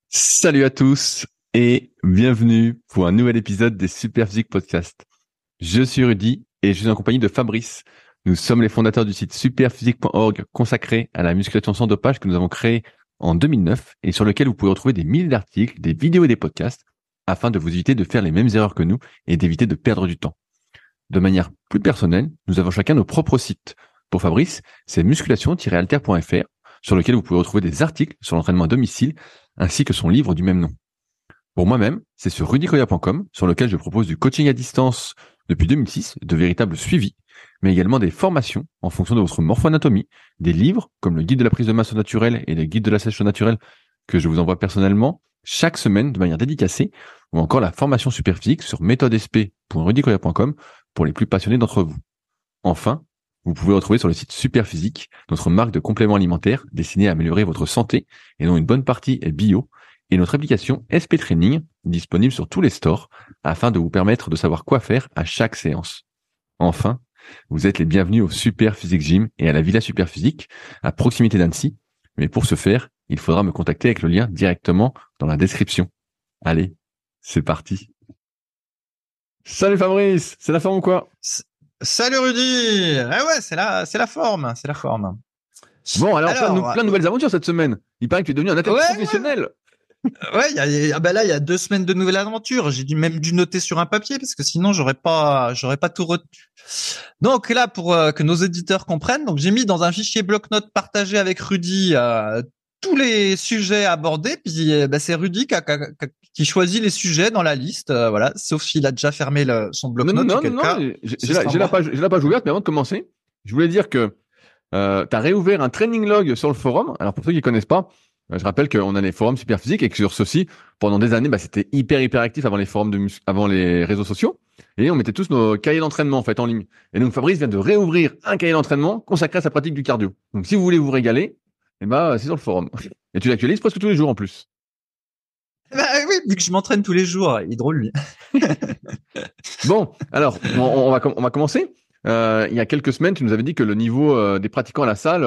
Salut à tous et bienvenue pour un nouvel épisode des Superphysique Podcast. Je suis Rudy et je suis en compagnie de Fabrice. Nous sommes les fondateurs du site superphysique.org consacré à la musculation sans dopage que nous avons créé en 2009 et sur lequel vous pouvez retrouver des milliers d'articles, des vidéos et des podcasts afin de vous éviter de faire les mêmes erreurs que nous et d'éviter de perdre du temps. De manière plus personnelle, nous avons chacun nos propres sites. Pour Fabrice, c'est musculation-alter.fr sur lequel vous pouvez retrouver des articles sur l'entraînement à domicile ainsi que son livre du même nom. Pour moi-même, c'est sur rudykoya.com sur lequel je propose du coaching à distance depuis 2006, de véritables suivis, mais également des formations en fonction de votre morpho-anatomie, des livres comme le guide de la prise de masse naturelle et le guide de la sèche naturelle que je vous envoie personnellement chaque semaine de manière dédicacée, ou encore la formation superphysique sur méthodesp.rudykoya.com pour les plus passionnés d'entre vous. Enfin, vous pouvez retrouver sur le site Superphysique notre marque de compléments alimentaires destinée à améliorer votre santé et dont une bonne partie est bio, et notre application SP Training disponible sur tous les stores afin de vous permettre de savoir quoi faire à chaque séance. Enfin, vous êtes les bienvenus au Superphysique Gym et à la Villa Superphysique à proximité d'Annecy, mais pour ce faire, il faudra me contacter avec le lien directement dans la description. Allez, c'est parti. Salut Fabrice, c'est la forme ou quoi? Salut Rudy. Ah ouais, c'est la forme, c'est la forme. Bon, alors plein de nouvelles aventures cette semaine. Il paraît que tu es devenu un athlète professionnel. Ouais, il y a 2 semaines de nouvelles aventures. J'ai même dû noter sur un papier parce que sinon j'aurais pas tout retenu. Donc là, pour que nos éditeurs comprennent, donc j'ai mis dans un fichier bloc-notes partagé avec Rudy tous les sujets abordés. Puis c'est Rudy qui choisit les sujets dans la liste. Voilà, sauf s'il a déjà fermé son bloc-notes. Non, j'ai la page ouverte, mais avant de commencer, je voulais dire que tu as réouvert un training log sur le forum. Alors pour ceux qui connaissent pas, je rappelle qu'on a les forums Superphysique et que sur ceux-ci, pendant des années, c'était hyper actif avant les forums avant les réseaux sociaux. Et on mettait tous nos cahiers d'entraînement en fait en ligne. Et donc Fabrice vient de réouvrir un cahier d'entraînement consacré à sa pratique du cardio. Donc si vous voulez vous régaler, c'est sur le forum. Et tu l'actualises presque tous les jours en plus. Bah oui, vu que je m'entraîne tous les jours, il est drôle lui. Bon, alors on va commencer. Il y a quelques semaines, tu nous avais dit que le niveau des pratiquants à la salle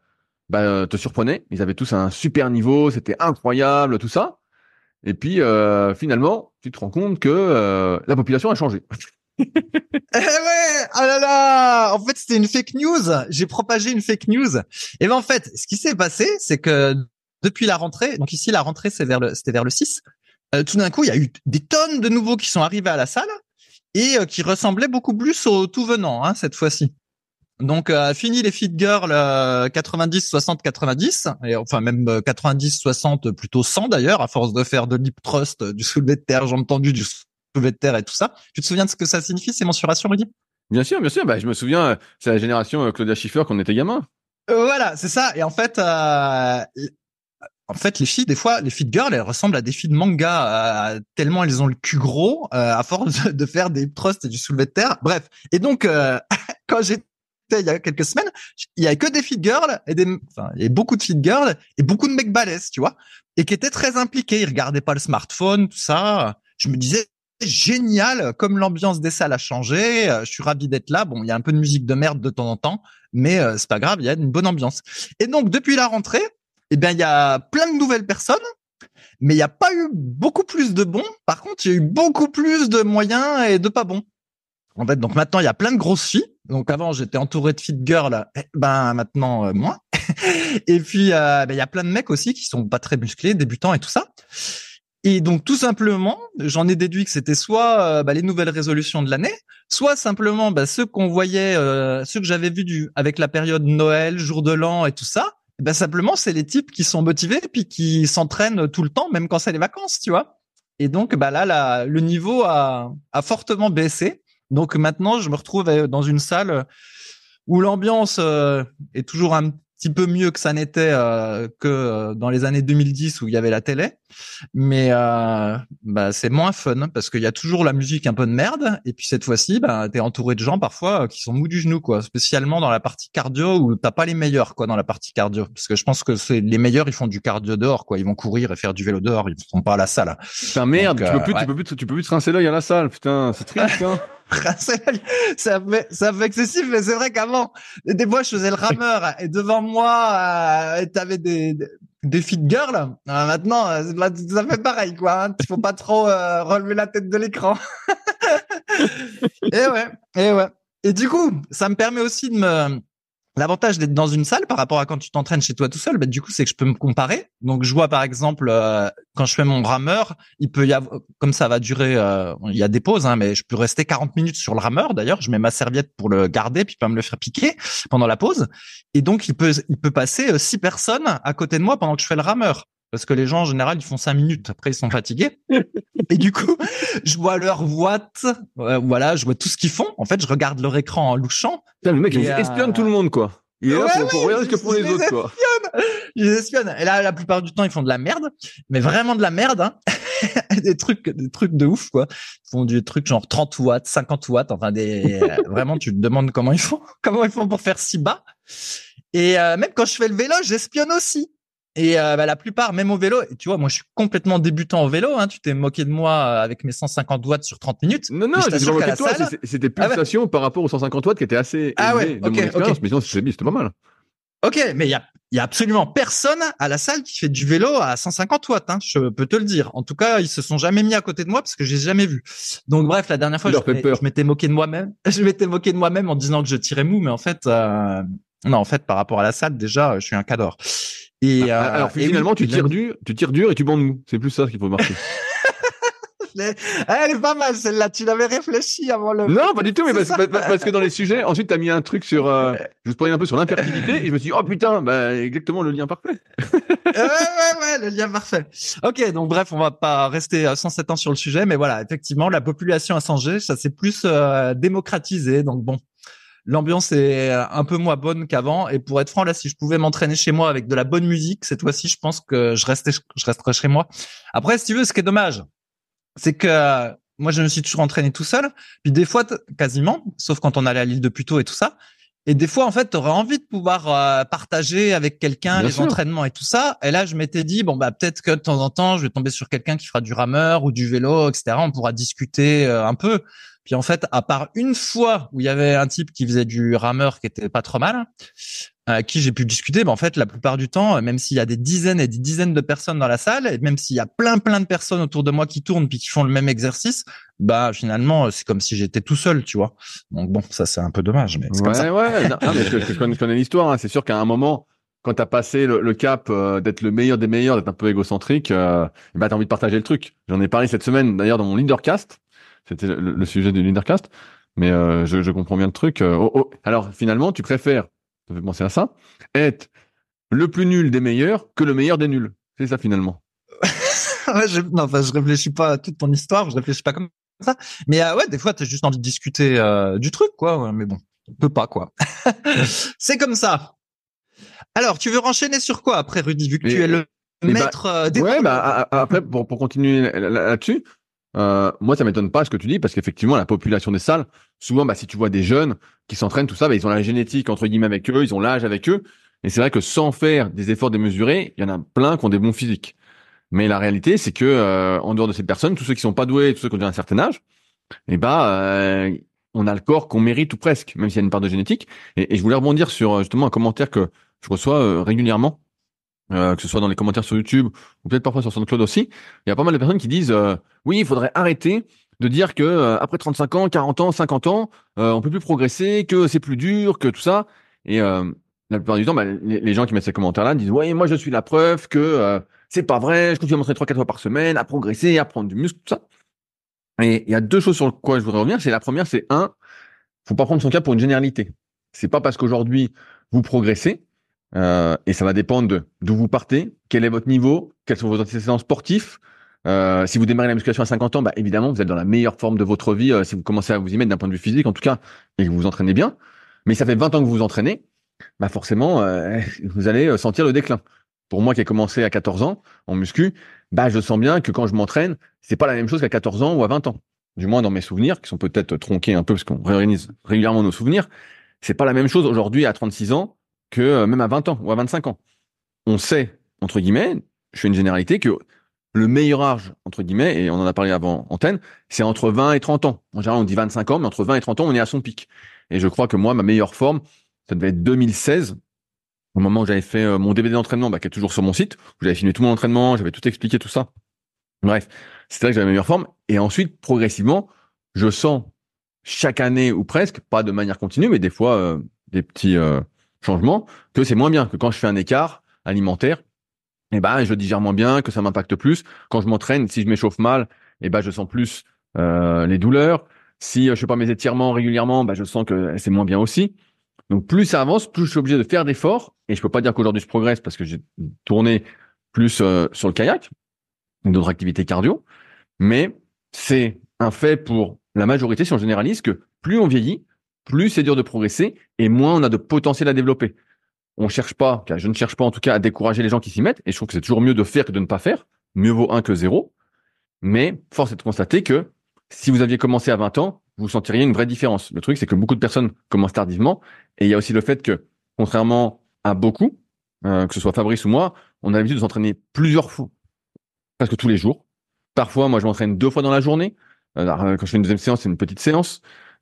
te surprenait. Ils avaient tous un super niveau, c'était incroyable, tout ça. Et puis finalement, tu te rends compte que la population a changé. Ouais, oh là là, en fait c'était une fake news. J'ai propagé une fake news. Et ben en fait, ce qui s'est passé, c'est que depuis la rentrée, donc ici la rentrée c'était vers le 6. Tout d'un coup, il y a eu des tonnes de nouveaux qui sont arrivés à la salle et qui ressemblaient beaucoup plus aux tout venants cette fois-ci. Donc fini les fit girls 90 60 90 et enfin même 90 60 plutôt 100 d'ailleurs à force de faire de l'hip thrust, du soulevé de terre, jambes tendues, du soulevé de terre et tout ça. Tu te souviens de ce que ça signifie ces mensurations, Rudy? Bien sûr. Je me souviens, c'est la génération Claudia Schiffer quand on était gamin. Voilà, c'est ça. Et en fait, les filles, des fois, les fit girls, elles ressemblent à des filles de manga tellement elles ont le cul gros à force de faire des thrusts et du soulevé de terre. Bref. Et donc, quand j'étais il y a quelques semaines, il y avait que des fit girls il y avait beaucoup de fit girls et beaucoup de mecs balèzes, tu vois, et qui étaient très impliqués. Ils regardaient pas le smartphone, tout ça. Je me disais, génial, comme l'ambiance des salles a changé. Je suis ravi d'être là. Bon, il y a un peu de musique de merde de temps en temps, mais c'est pas grave, il y a une bonne ambiance. Et donc, depuis la rentrée, il y a plein de nouvelles personnes, mais il n'y a pas eu beaucoup plus de bons. Par contre, il y a eu beaucoup plus de moyens et de pas bons. En fait, donc maintenant, il y a plein de grosses filles. Donc avant, j'étais entouré de fit girls. Maintenant, moins. Et puis, il y a plein de mecs aussi qui sont pas très musclés, débutants et tout ça. Et donc, tout simplement, j'en ai déduit que c'était soit les nouvelles résolutions de l'année, soit simplement ceux qu'on voyait, ceux que j'avais vus avec la période Noël, jour de l'an et tout ça. Simplement, c'est les types qui sont motivés puis qui s'entraînent tout le temps, même quand c'est les vacances, tu vois. Et donc, le niveau a fortement baissé. Donc maintenant, je me retrouve dans une salle où l'ambiance est toujours un petit peu mieux que ça n'était que dans les années 2010 où il y avait la télé, mais c'est moins fun parce qu'il y a toujours la musique un peu de merde et puis cette fois-ci t'es entouré de gens parfois qui sont mous du genou, quoi, spécialement dans la partie cardio où t'as pas les meilleurs, quoi, dans la partie cardio, parce que je pense que c'est les meilleurs, ils font du cardio dehors, quoi, ils vont courir et faire du vélo dehors, ils sont pas à la salle. Putain, merde. Donc, tu peux plus te rincer l'œil à la salle, putain, c'est triste, hein. C'est un peu excessif, mais c'est vrai qu'avant, des fois, je faisais le rameur et devant moi, t'avais des défi de girl, maintenant, ça fait pareil, quoi. Hein. Il faut pas trop relever la tête de l'écran. Et ouais. Et du coup, ça me permet aussi de me... L'avantage d'être dans une salle par rapport à quand tu t'entraînes chez toi tout seul, du coup, c'est que je peux me comparer. Donc, je vois par exemple quand je fais mon rameur, il peut y avoir, comme ça va durer, il y a des pauses, hein, mais je peux rester 40 minutes sur le rameur. D'ailleurs, je mets ma serviette pour le garder, puis pas me le faire piquer pendant la pause. Et donc, il peut passer 6 personnes à côté de moi pendant que je fais le rameur. Parce que les gens, en général, ils font 5 minutes. Après, ils sont fatigués. Et du coup, je vois leur watts. Voilà, je vois tout ce qu'ils font. En fait, je regarde leur écran en louchant. Putain, le mec, il espionne tout le monde, quoi. Il est là pour regarder ce que font les autres, quoi. Je les espionne. Et là, la plupart du temps, ils font de la merde. Mais vraiment de la merde, hein. des trucs de ouf, quoi. Ils font des trucs genre 30 watts, 50 watts. Enfin, vraiment, tu te demandes comment ils font pour faire si bas. Et même quand je fais le vélo, j'espionne aussi. Et la plupart, même au vélo, et tu vois, moi je suis complètement débutant au vélo. Hein, tu t'es moqué de moi avec mes 150 watts sur 30 minutes. Non, je t'ai pas moqué de toi. C'était pulsation par rapport aux 150 watts qui était assez élevé de mon expérience. Mais sinon, c'était pas mal. Ok, mais il y a absolument personne à la salle qui fait du vélo à 150 watts. Hein, je peux te le dire. En tout cas, ils se sont jamais mis à côté de moi parce que j'ai jamais vu. Donc bref, la dernière fois, je m'étais moqué de moi-même. Je m'étais moqué de moi-même en disant que je tirais mou, mais en fait, non, en fait, par rapport à la salle, déjà, je suis un cador. Et alors finalement, tu tires dur et tu bandes mou. C'est plus ça qu'il faut marquer. Elle est pas mal celle-là. Tu l'avais réfléchi avant le. Non, pas du tout, mais parce que dans les sujets, ensuite t'as mis un truc sur, je te parlais un peu sur l'infertilité et je me suis dit, oh putain, exactement le lien parfait. ouais, le lien parfait. Ok, donc bref, on va pas rester 107 ans sur le sujet, mais voilà, effectivement, la population a changé, ça s'est plus démocratisé, donc bon. L'ambiance est un peu moins bonne qu'avant. Et pour être franc, là, si je pouvais m'entraîner chez moi avec de la bonne musique, cette fois-ci, je pense que je resterais chez moi. Après, si tu veux, ce qui est dommage, c'est que moi, je me suis toujours entraîné tout seul. Puis des fois, quasiment, sauf quand on allait à l'île de Puteaux et tout ça. Et des fois, en fait, tu aurais envie de pouvoir partager avec quelqu'un les entraînements et tout ça. Et là, je m'étais dit, bon, peut-être que de temps en temps, je vais tomber sur quelqu'un qui fera du rameur ou du vélo, etc. On pourra discuter un peu. Puis en fait, à part une fois où il y avait un type qui faisait du rameur qui était pas trop mal, qui j'ai pu discuter, en fait, la plupart du temps, même s'il y a des dizaines et des dizaines de personnes dans la salle, et même s'il y a plein de personnes autour de moi qui tournent puis qui font le même exercice, finalement, c'est comme si j'étais tout seul, tu vois. Donc bon, ça c'est un peu dommage, mais c'est comme ça. Ouais. Non, mais je connais l'histoire. Hein. C'est sûr qu'à un moment, quand t'as passé le cap d'être le meilleur des meilleurs, d'être un peu égocentrique, t'as envie de partager le truc. J'en ai parlé cette semaine, d'ailleurs, dans mon Leadercast. C'était le sujet du Leadercast. Mais je comprends bien le truc. Alors, finalement, tu préfères, ça fait penser à ça, être le plus nul des meilleurs que le meilleur des nuls. C'est ça, finalement. Je réfléchis pas à toute ton histoire, je réfléchis pas comme ça. Mais des fois, t'as juste envie de discuter du truc, quoi. Mais bon, on peut pas, quoi. C'est comme ça. Alors, tu veux renchaîner sur quoi après, Rudy, vu que tu es le maître des... Ouais, après, pour continuer là-dessus, moi, ça m'étonne pas ce que tu dis, parce qu'effectivement, la population des salles, souvent, si tu vois des jeunes qui s'entraînent, tout ça, ils ont la génétique, entre guillemets, avec eux, ils ont l'âge avec eux. Et c'est vrai que sans faire des efforts démesurés, il y en a plein qui ont des bons physiques. Mais la réalité, c'est que en dehors de ces personnes, tous ceux qui sont pas doués, tous ceux qui ont déjà un certain âge, on a le corps qu'on mérite ou presque, même s'il y a une part de génétique. Et je voulais rebondir sur justement un commentaire que je reçois régulièrement, que ce soit dans les commentaires sur YouTube ou peut-être parfois sur SoundCloud aussi. Il y a pas mal de personnes qui disent oui, il faudrait arrêter de dire que après 35 ans, 40 ans, 50 ans, on peut plus progresser, que c'est plus dur, que tout ça. Et la plupart du temps, les gens qui mettent ces commentaires-là disent ouais, moi je suis la preuve que c'est pas vrai, je continue à m'entraîner 3-4 fois par semaine, à progresser, à prendre du muscle, tout ça. Et il y a deux choses sur quoi je voudrais revenir. C'est la première, c'est faut pas prendre son cas pour une généralité. C'est pas parce qu'aujourd'hui vous progressez, et ça va dépendre d'où vous partez, quel est votre niveau, quels sont vos antécédents sportifs. Si vous démarrez la musculation à 50 ans, évidemment, vous êtes dans la meilleure forme de votre vie si vous commencez à vous y mettre d'un point de vue physique, en tout cas, et que vous vous entraînez bien. Mais ça fait 20 ans que vous vous entraînez, forcément, vous allez sentir le déclin. Pour moi qui ai commencé à 14 ans en muscu, je sens bien que quand je m'entraîne, c'est pas la même chose qu'à 14 ans ou à 20 ans. Du moins dans mes souvenirs, qui sont peut-être tronqués un peu parce qu'on réorganise régulièrement nos souvenirs. C'est pas la même chose aujourd'hui à 36 ans que même à 20 ans ou à 25 ans. On sait, entre guillemets, je fais une généralité, que le meilleur âge, entre guillemets, et on en a parlé avant antenne, c'est entre 20 et 30 ans. En général, on dit 25 ans, mais entre 20 et 30 ans, on est à son pic. Et je crois que moi, ma meilleure forme, ça devait être 2016, au moment où j'avais fait mon DVD d'entraînement, qui est toujours sur mon site, où j'avais filmé tout mon entraînement, j'avais tout expliqué, tout ça. Bref, c'était là que j'avais ma meilleure forme. Et ensuite, progressivement, je sens chaque année ou presque, pas de manière continue, mais des fois des petits changements, que c'est moins bien, que quand je fais un écart alimentaire, je digère moins bien, que ça m'impacte plus. Quand je m'entraîne, si je m'échauffe mal, je sens plus les douleurs. Si je fais pas mes étirements régulièrement, je sens que c'est moins bien aussi. Donc plus ça avance, plus je suis obligé de faire d'efforts. Et je peux pas dire qu'aujourd'hui je progresse parce que j'ai tourné plus sur le kayak ou d'autres activités cardio. Mais c'est un fait pour la majorité, si on généralise, que plus on vieillit, plus c'est dur de progresser et moins on a de potentiel à développer. On cherche pas, je ne cherche pas en tout cas à décourager les gens qui s'y mettent, et je trouve que c'est toujours mieux de faire que de ne pas faire. Mieux vaut 1 que 0. Mais force est de constater que si vous aviez commencé à 20 ans, vous sentiriez une vraie différence. Le truc, c'est que beaucoup de personnes commencent tardivement, et il y a aussi le fait que, contrairement à beaucoup, que ce soit Fabrice ou moi, on a l'habitude de s'entraîner plusieurs fois, presque tous les jours. Parfois, moi, je m'entraîne 2 fois dans la journée. Quand je fais une deuxième séance, c'est une petite séance.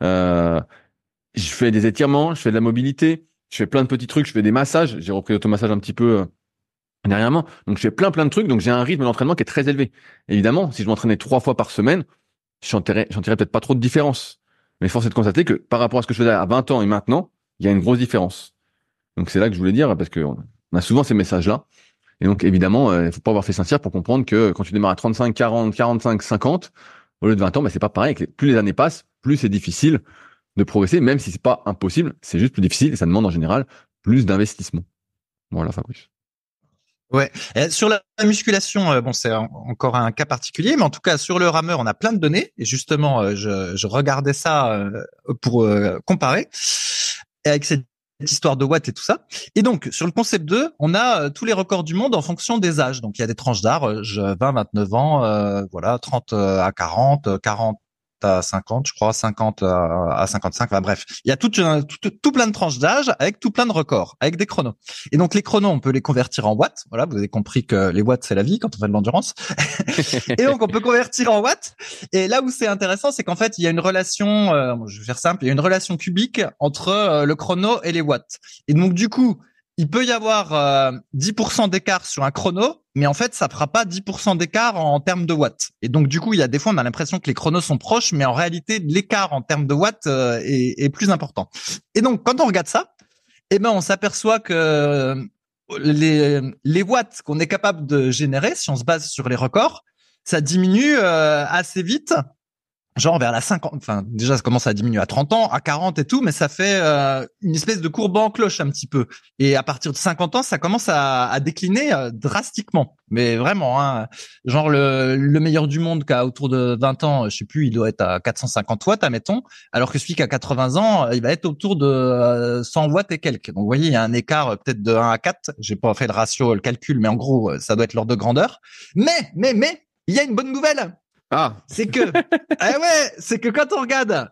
Je fais des étirements, je fais de la mobilité, je fais plein de petits trucs, je fais des massages. J'ai repris l'automassage un petit peu dernièrement. Donc, je fais plein de trucs. Donc, j'ai un rythme d'entraînement qui est très élevé. Évidemment, si je m'entraînais 3 fois par semaine, j'en tirerais peut-être pas trop de différence. Mais force est de constater que par rapport à ce que je faisais à 20 ans et maintenant, il y a une grosse différence. Donc, c'est là que je voulais dire, parce que on a souvent ces messages-là. Et donc, évidemment, il faut pas avoir fait Saint-Cyr pour comprendre que quand tu démarres à 35, 40, 45, 50, au lieu de 20 ans, c'est pas pareil. Plus les années passent, plus c'est difficile de progresser, même si c'est pas impossible, c'est juste plus difficile et ça demande en général plus d'investissement. Voilà, Fabrice. Ouais. Et sur la musculation, c'est encore un cas particulier, mais en tout cas sur le rameur, on a plein de données. Et justement, je regardais ça pour comparer avec cette histoire de watts et tout ça. Et donc sur le concept 2, on a tous les records du monde en fonction des âges. Donc il y a des tranches d'âge, 20, 29 ans, 30 à 40, 40 à 50, je crois, 50 à 55, bref. Il y a tout plein de tranches d'âge avec tout plein de records, avec des chronos. Et donc les chronos, on peut les convertir en watts. Voilà, vous avez compris que les watts, c'est la vie quand on fait de l'endurance. Et donc on peut convertir en watts. Et là où c'est intéressant, c'est qu'en fait, il y a une relation, je vais faire simple, il y a une relation cubique entre le chrono et les watts. Et donc du coup, il peut y avoir 10% d'écart sur un chrono, mais en fait, ça fera pas 10% d'écart en termes de watts. Et donc, du coup, il y a des fois, on a l'impression que les chronos sont proches, mais en réalité, l'écart en termes de watts est plus important. Et donc, quand on regarde ça, on s'aperçoit que les watts qu'on est capable de générer, si on se base sur les records, ça diminue assez vite. Genre vers la 50, enfin déjà ça commence à diminuer à 30 ans, à 40 et tout, mais ça fait une espèce de courbe en cloche un petit peu. Et à partir de 50 ans, ça commence à décliner drastiquement. Mais vraiment, hein, genre le meilleur du monde qui a autour de 20 ans, je sais plus, il doit être à 450 watts, admettons, alors que celui qui a 80 ans, il va être autour de 100 watts et quelques. Donc vous voyez, il y a un écart peut-être de 1 à 4. J'ai pas fait le ratio, le calcul, mais en gros, ça doit être l'ordre de grandeur. Mais, il y a une bonne nouvelle. Ah, c'est que quand on regarde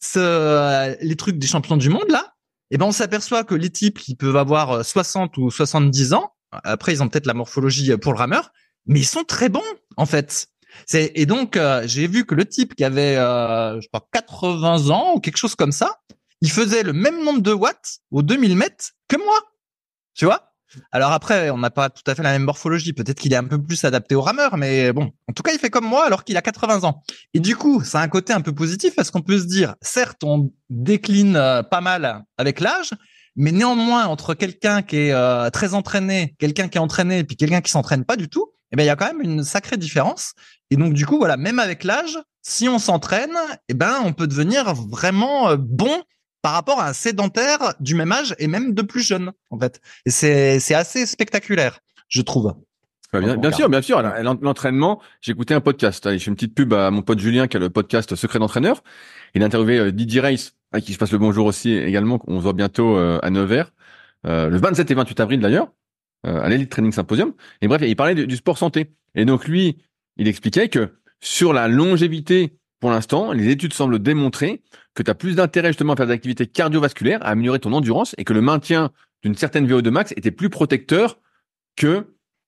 les trucs des champions du monde là, on s'aperçoit que les types qui peuvent avoir 60 ou 70 ans, après ils ont peut-être la morphologie pour le rameur, mais ils sont très bons en fait. Et donc j'ai vu que le type qui avait je crois 80 ans ou quelque chose comme ça, il faisait le même nombre de watts aux 2000 mètres que moi. Tu vois? Alors après, on n'a pas tout à fait la même morphologie. Peut-être qu'il est un peu plus adapté au rameur, mais bon, en tout cas, il fait comme moi alors qu'il a 80 ans. Et du coup, ça a un côté un peu positif parce qu'on peut se dire, certes, on décline pas mal avec l'âge, mais néanmoins, entre quelqu'un qui est très entraîné, quelqu'un qui est entraîné, et puis quelqu'un qui s'entraîne pas du tout, il y a quand même une sacrée différence. Et donc, du coup, voilà, même avec l'âge, si on s'entraîne, on peut devenir vraiment bon par rapport à un sédentaire du même âge et même de plus jeune, en fait. Et c'est assez spectaculaire, je trouve. bien sûr. L'entraînement, j'ai écouté un podcast. Allez, je fais une petite pub à mon pote Julien qui a le podcast Secret d'entraîneur. Il a interviewé Didier Reis, à qui je passe le bonjour aussi également. On se voit bientôt à Nevers, le 27 et 28 avril d'ailleurs, à l'Elite Training Symposium. Et bref, il parlait du sport santé. Et donc lui, il expliquait que sur la longévité, pour l'instant, les études semblent démontrer que tu as plus d'intérêt justement à faire des activités cardiovasculaires, à améliorer ton endurance, et que le maintien d'une certaine VO2 max était plus protecteur que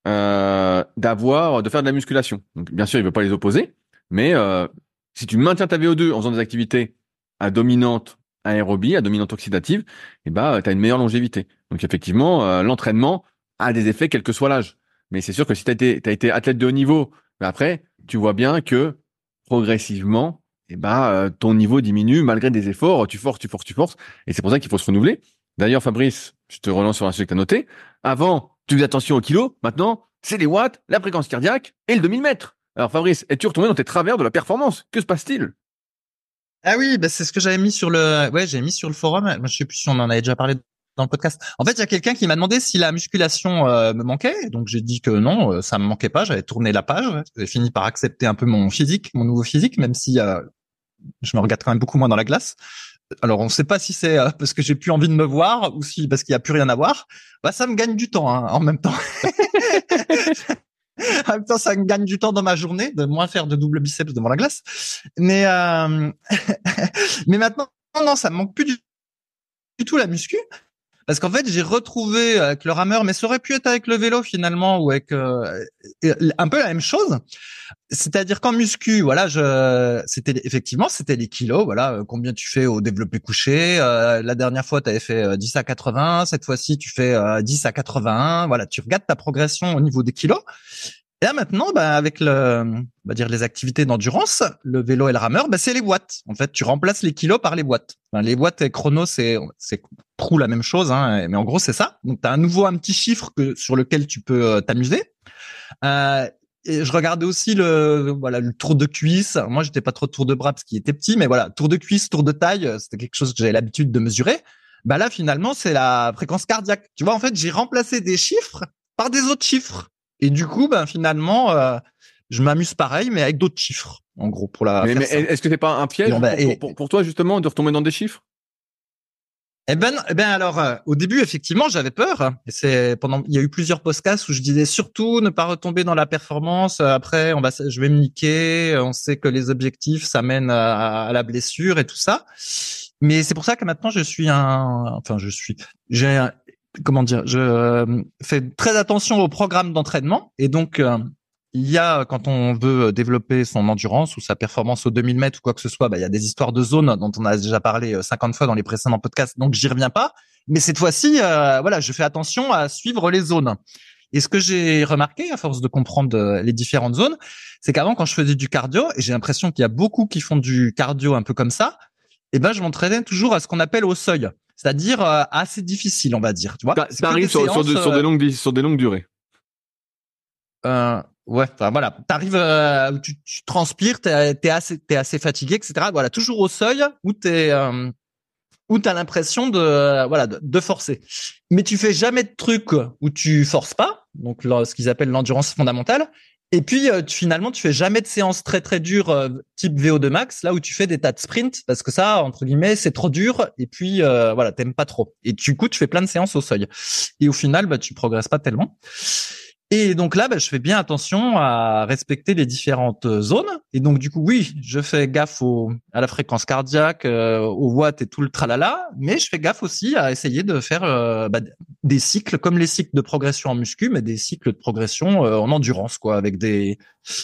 de faire de la musculation. Donc bien sûr, il veut pas les opposer, mais si tu maintiens ta VO2 en faisant des activités à dominante aérobie, à dominante oxydative, et bah, tu as une meilleure longévité. Donc effectivement, l'entraînement a des effets quel que soit l'âge. Mais c'est sûr que si t'as été athlète de haut niveau, bah après, tu vois bien que progressivement, ton niveau diminue malgré des efforts, tu forces, tu forces, tu forces. Et c'est pour ça qu'il faut se renouveler. D'ailleurs, Fabrice, je te relance sur un sujet que tu as noté. Avant, tu faisais attention au kilo. Maintenant, c'est les watts, la fréquence cardiaque et le 2000 mètres. Alors Fabrice, es-tu retombé dans tes travers de la performance? Que se passe-t-il? Ah oui, bah c'est ce que j'avais mis sur j'ai mis sur le forum. Moi, je sais plus si on en avait déjà parlé dans le podcast. En fait, il y a quelqu'un qui m'a demandé si la musculation me manquait. Donc j'ai dit que non, ça me manquait pas. J'avais tourné la page. J'ai fini par accepter un peu mon physique, mon nouveau physique, même si je me regarde quand même beaucoup moins dans la glace. Alors on ne sait pas si c'est parce que j'ai plus envie de me voir ou si parce qu'il y a plus rien à voir. Bah ça me gagne du temps hein, en même temps. En même temps, ça me gagne du temps dans ma journée de moins faire de double biceps devant la glace. Mais mais maintenant, non, ça me manque plus du tout la muscu. Parce qu'en fait, j'ai retrouvé avec le rameur, mais ça aurait pu être avec le vélo finalement ou avec un peu la même chose. C'est-à-dire qu'en muscu, voilà, c'était les kilos, voilà, combien tu fais au développé couché. La dernière fois, tu avais fait 10 à 80, cette fois-ci, tu fais 10 à 81. Voilà, tu regardes ta progression au niveau des kilos. Et là maintenant, avec on va dire les activités d'endurance, le vélo et le rameur, c'est les watts. En fait, tu remplaces les kilos par les watts. Enfin, les watts et chrono, c'est prou la même chose, hein, mais en gros c'est ça. Donc tu as à nouveau un petit chiffre sur lequel tu peux t'amuser. Et je regardais aussi le tour de cuisse. Moi, j'étais pas trop tour de bras parce qu'il était petit, mais voilà, tour de cuisse, tour de taille, c'était quelque chose que j'avais l'habitude de mesurer. Bah là, finalement, c'est la fréquence cardiaque. Tu vois, en fait, j'ai remplacé des chiffres par des autres chiffres. Et du coup, finalement, je m'amuse pareil, mais avec d'autres chiffres, en gros, pour la faire Mais simple. est-ce que c'est pas un piège pour toi justement de retomber dans des chiffres? Alors, au début, effectivement, j'avais peur. Et il y a eu plusieurs podcasts où je disais surtout ne pas retomber dans la performance. Après, je vais me niquer. On sait que les objectifs, ça mène à la blessure et tout ça. Mais c'est pour ça que maintenant, comment dire, je fais très attention au programme d'entraînement. Et donc, il y a, quand on veut développer son endurance ou sa performance aux 2000 mètres ou quoi que ce soit, il y a des histoires de zones dont on a déjà parlé 50 fois dans les précédents podcasts, donc j'y reviens pas. Mais cette fois-ci, je fais attention à suivre les zones. Et ce que j'ai remarqué, à force de comprendre les différentes zones, c'est qu'avant, quand je faisais du cardio, et j'ai l'impression qu'il y a beaucoup qui font du cardio un peu comme ça, je m'entraînais toujours à ce qu'on appelle au seuil. C'est-à-dire assez difficile, on va dire. Tu vois, t'arrives sur des longues durées. Ouais, enfin voilà, t'arrives, tu transpires, t'es assez fatigué, etc. Voilà, toujours au seuil où où t'as l'impression de forcer. Mais tu fais jamais de trucs où tu forces pas, donc ce qu'ils appellent l'endurance fondamentale. Et puis finalement, tu fais jamais de séances très très dures type VO2 max, là où tu fais des tas de sprints parce que ça, entre guillemets, c'est trop dur. Et puis t'aimes pas trop. Et du coup, tu fais plein de séances au seuil. Et au final, tu progresses pas tellement. Et donc là, je fais bien attention à respecter les différentes zones. Et donc du coup, oui, je fais gaffe à la fréquence cardiaque, aux watts et tout le tralala, mais je fais gaffe aussi à essayer de faire des cycles comme les cycles de progression en muscu, mais des cycles de progression en endurance, quoi, avec des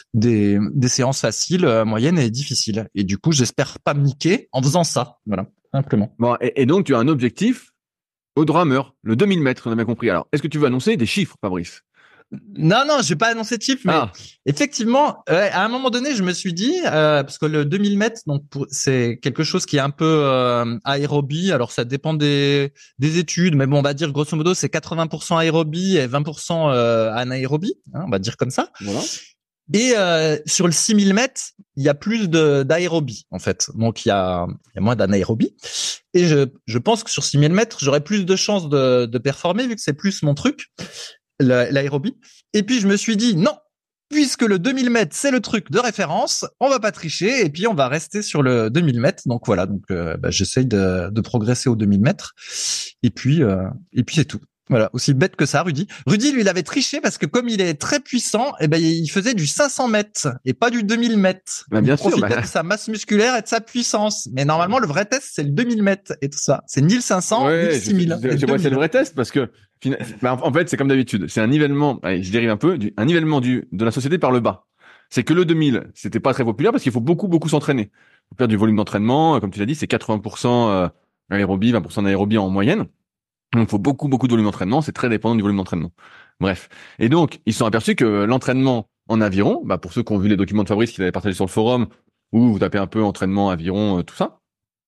séances faciles, moyennes et difficiles. Et du coup, j'espère pas me niquer en faisant ça. Voilà, simplement. Bon, et donc tu as un objectif au drameur, le 2000 mètres, on a bien compris. Alors, est-ce que tu veux annoncer des chiffres, Fabrice? Non, je vais pas annoncer de chiffre, mais effectivement, à un moment donné, je me suis dit, parce que le 2000 mètres, donc c'est quelque chose qui est un peu aérobie. Alors ça dépend des études, mais bon, on va dire grosso modo, c'est 80% aérobie et 20% anaérobie, hein, on va dire comme ça. Voilà. Et sur le 6000 mètres, il y a plus d'aérobie en fait, donc il y a moins d'anaérobie. Et je pense que sur 6000 mètres, j'aurais plus de chances de performer vu que c'est plus mon truc. L'aérobie. Et puis je me suis dit non, puisque le 2000 mètres c'est le truc de référence, on va pas tricher et puis on va rester sur le 2000 mètres. Donc voilà, donc j'essaye de progresser au 2000 mètres et puis c'est tout. Voilà, aussi bête que ça, Rudy. Rudy, lui, il avait triché parce que comme il est très puissant, il faisait du 500 mètres et pas du 2000 mètres. Bien il sûr, profitait de sa masse musculaire et de sa puissance. Mais normalement, le vrai test, c'est le 2000 mètres et tout ça. C'est ni le 500, ni le 6000. C'est le vrai test parce que, en fait, c'est comme d'habitude. C'est un nivellement, allez, je dérive un peu, un nivellement de la société par le bas. C'est que le 2000, c'était pas très populaire parce qu'il faut beaucoup, beaucoup s'entraîner. Faut faire du volume d'entraînement. Comme tu l'as dit, c'est 80%, aérobie, 20% d'aérobie en moyenne. Donc, il faut beaucoup de volume d'entraînement. C'est très dépendant du volume d'entraînement. Bref. Et donc, ils se sont aperçus que l'entraînement en aviron, pour ceux qui ont vu les documents de Fabrice qu'il avait partagé sur le forum, où vous tapez un peu entraînement, aviron, tout ça,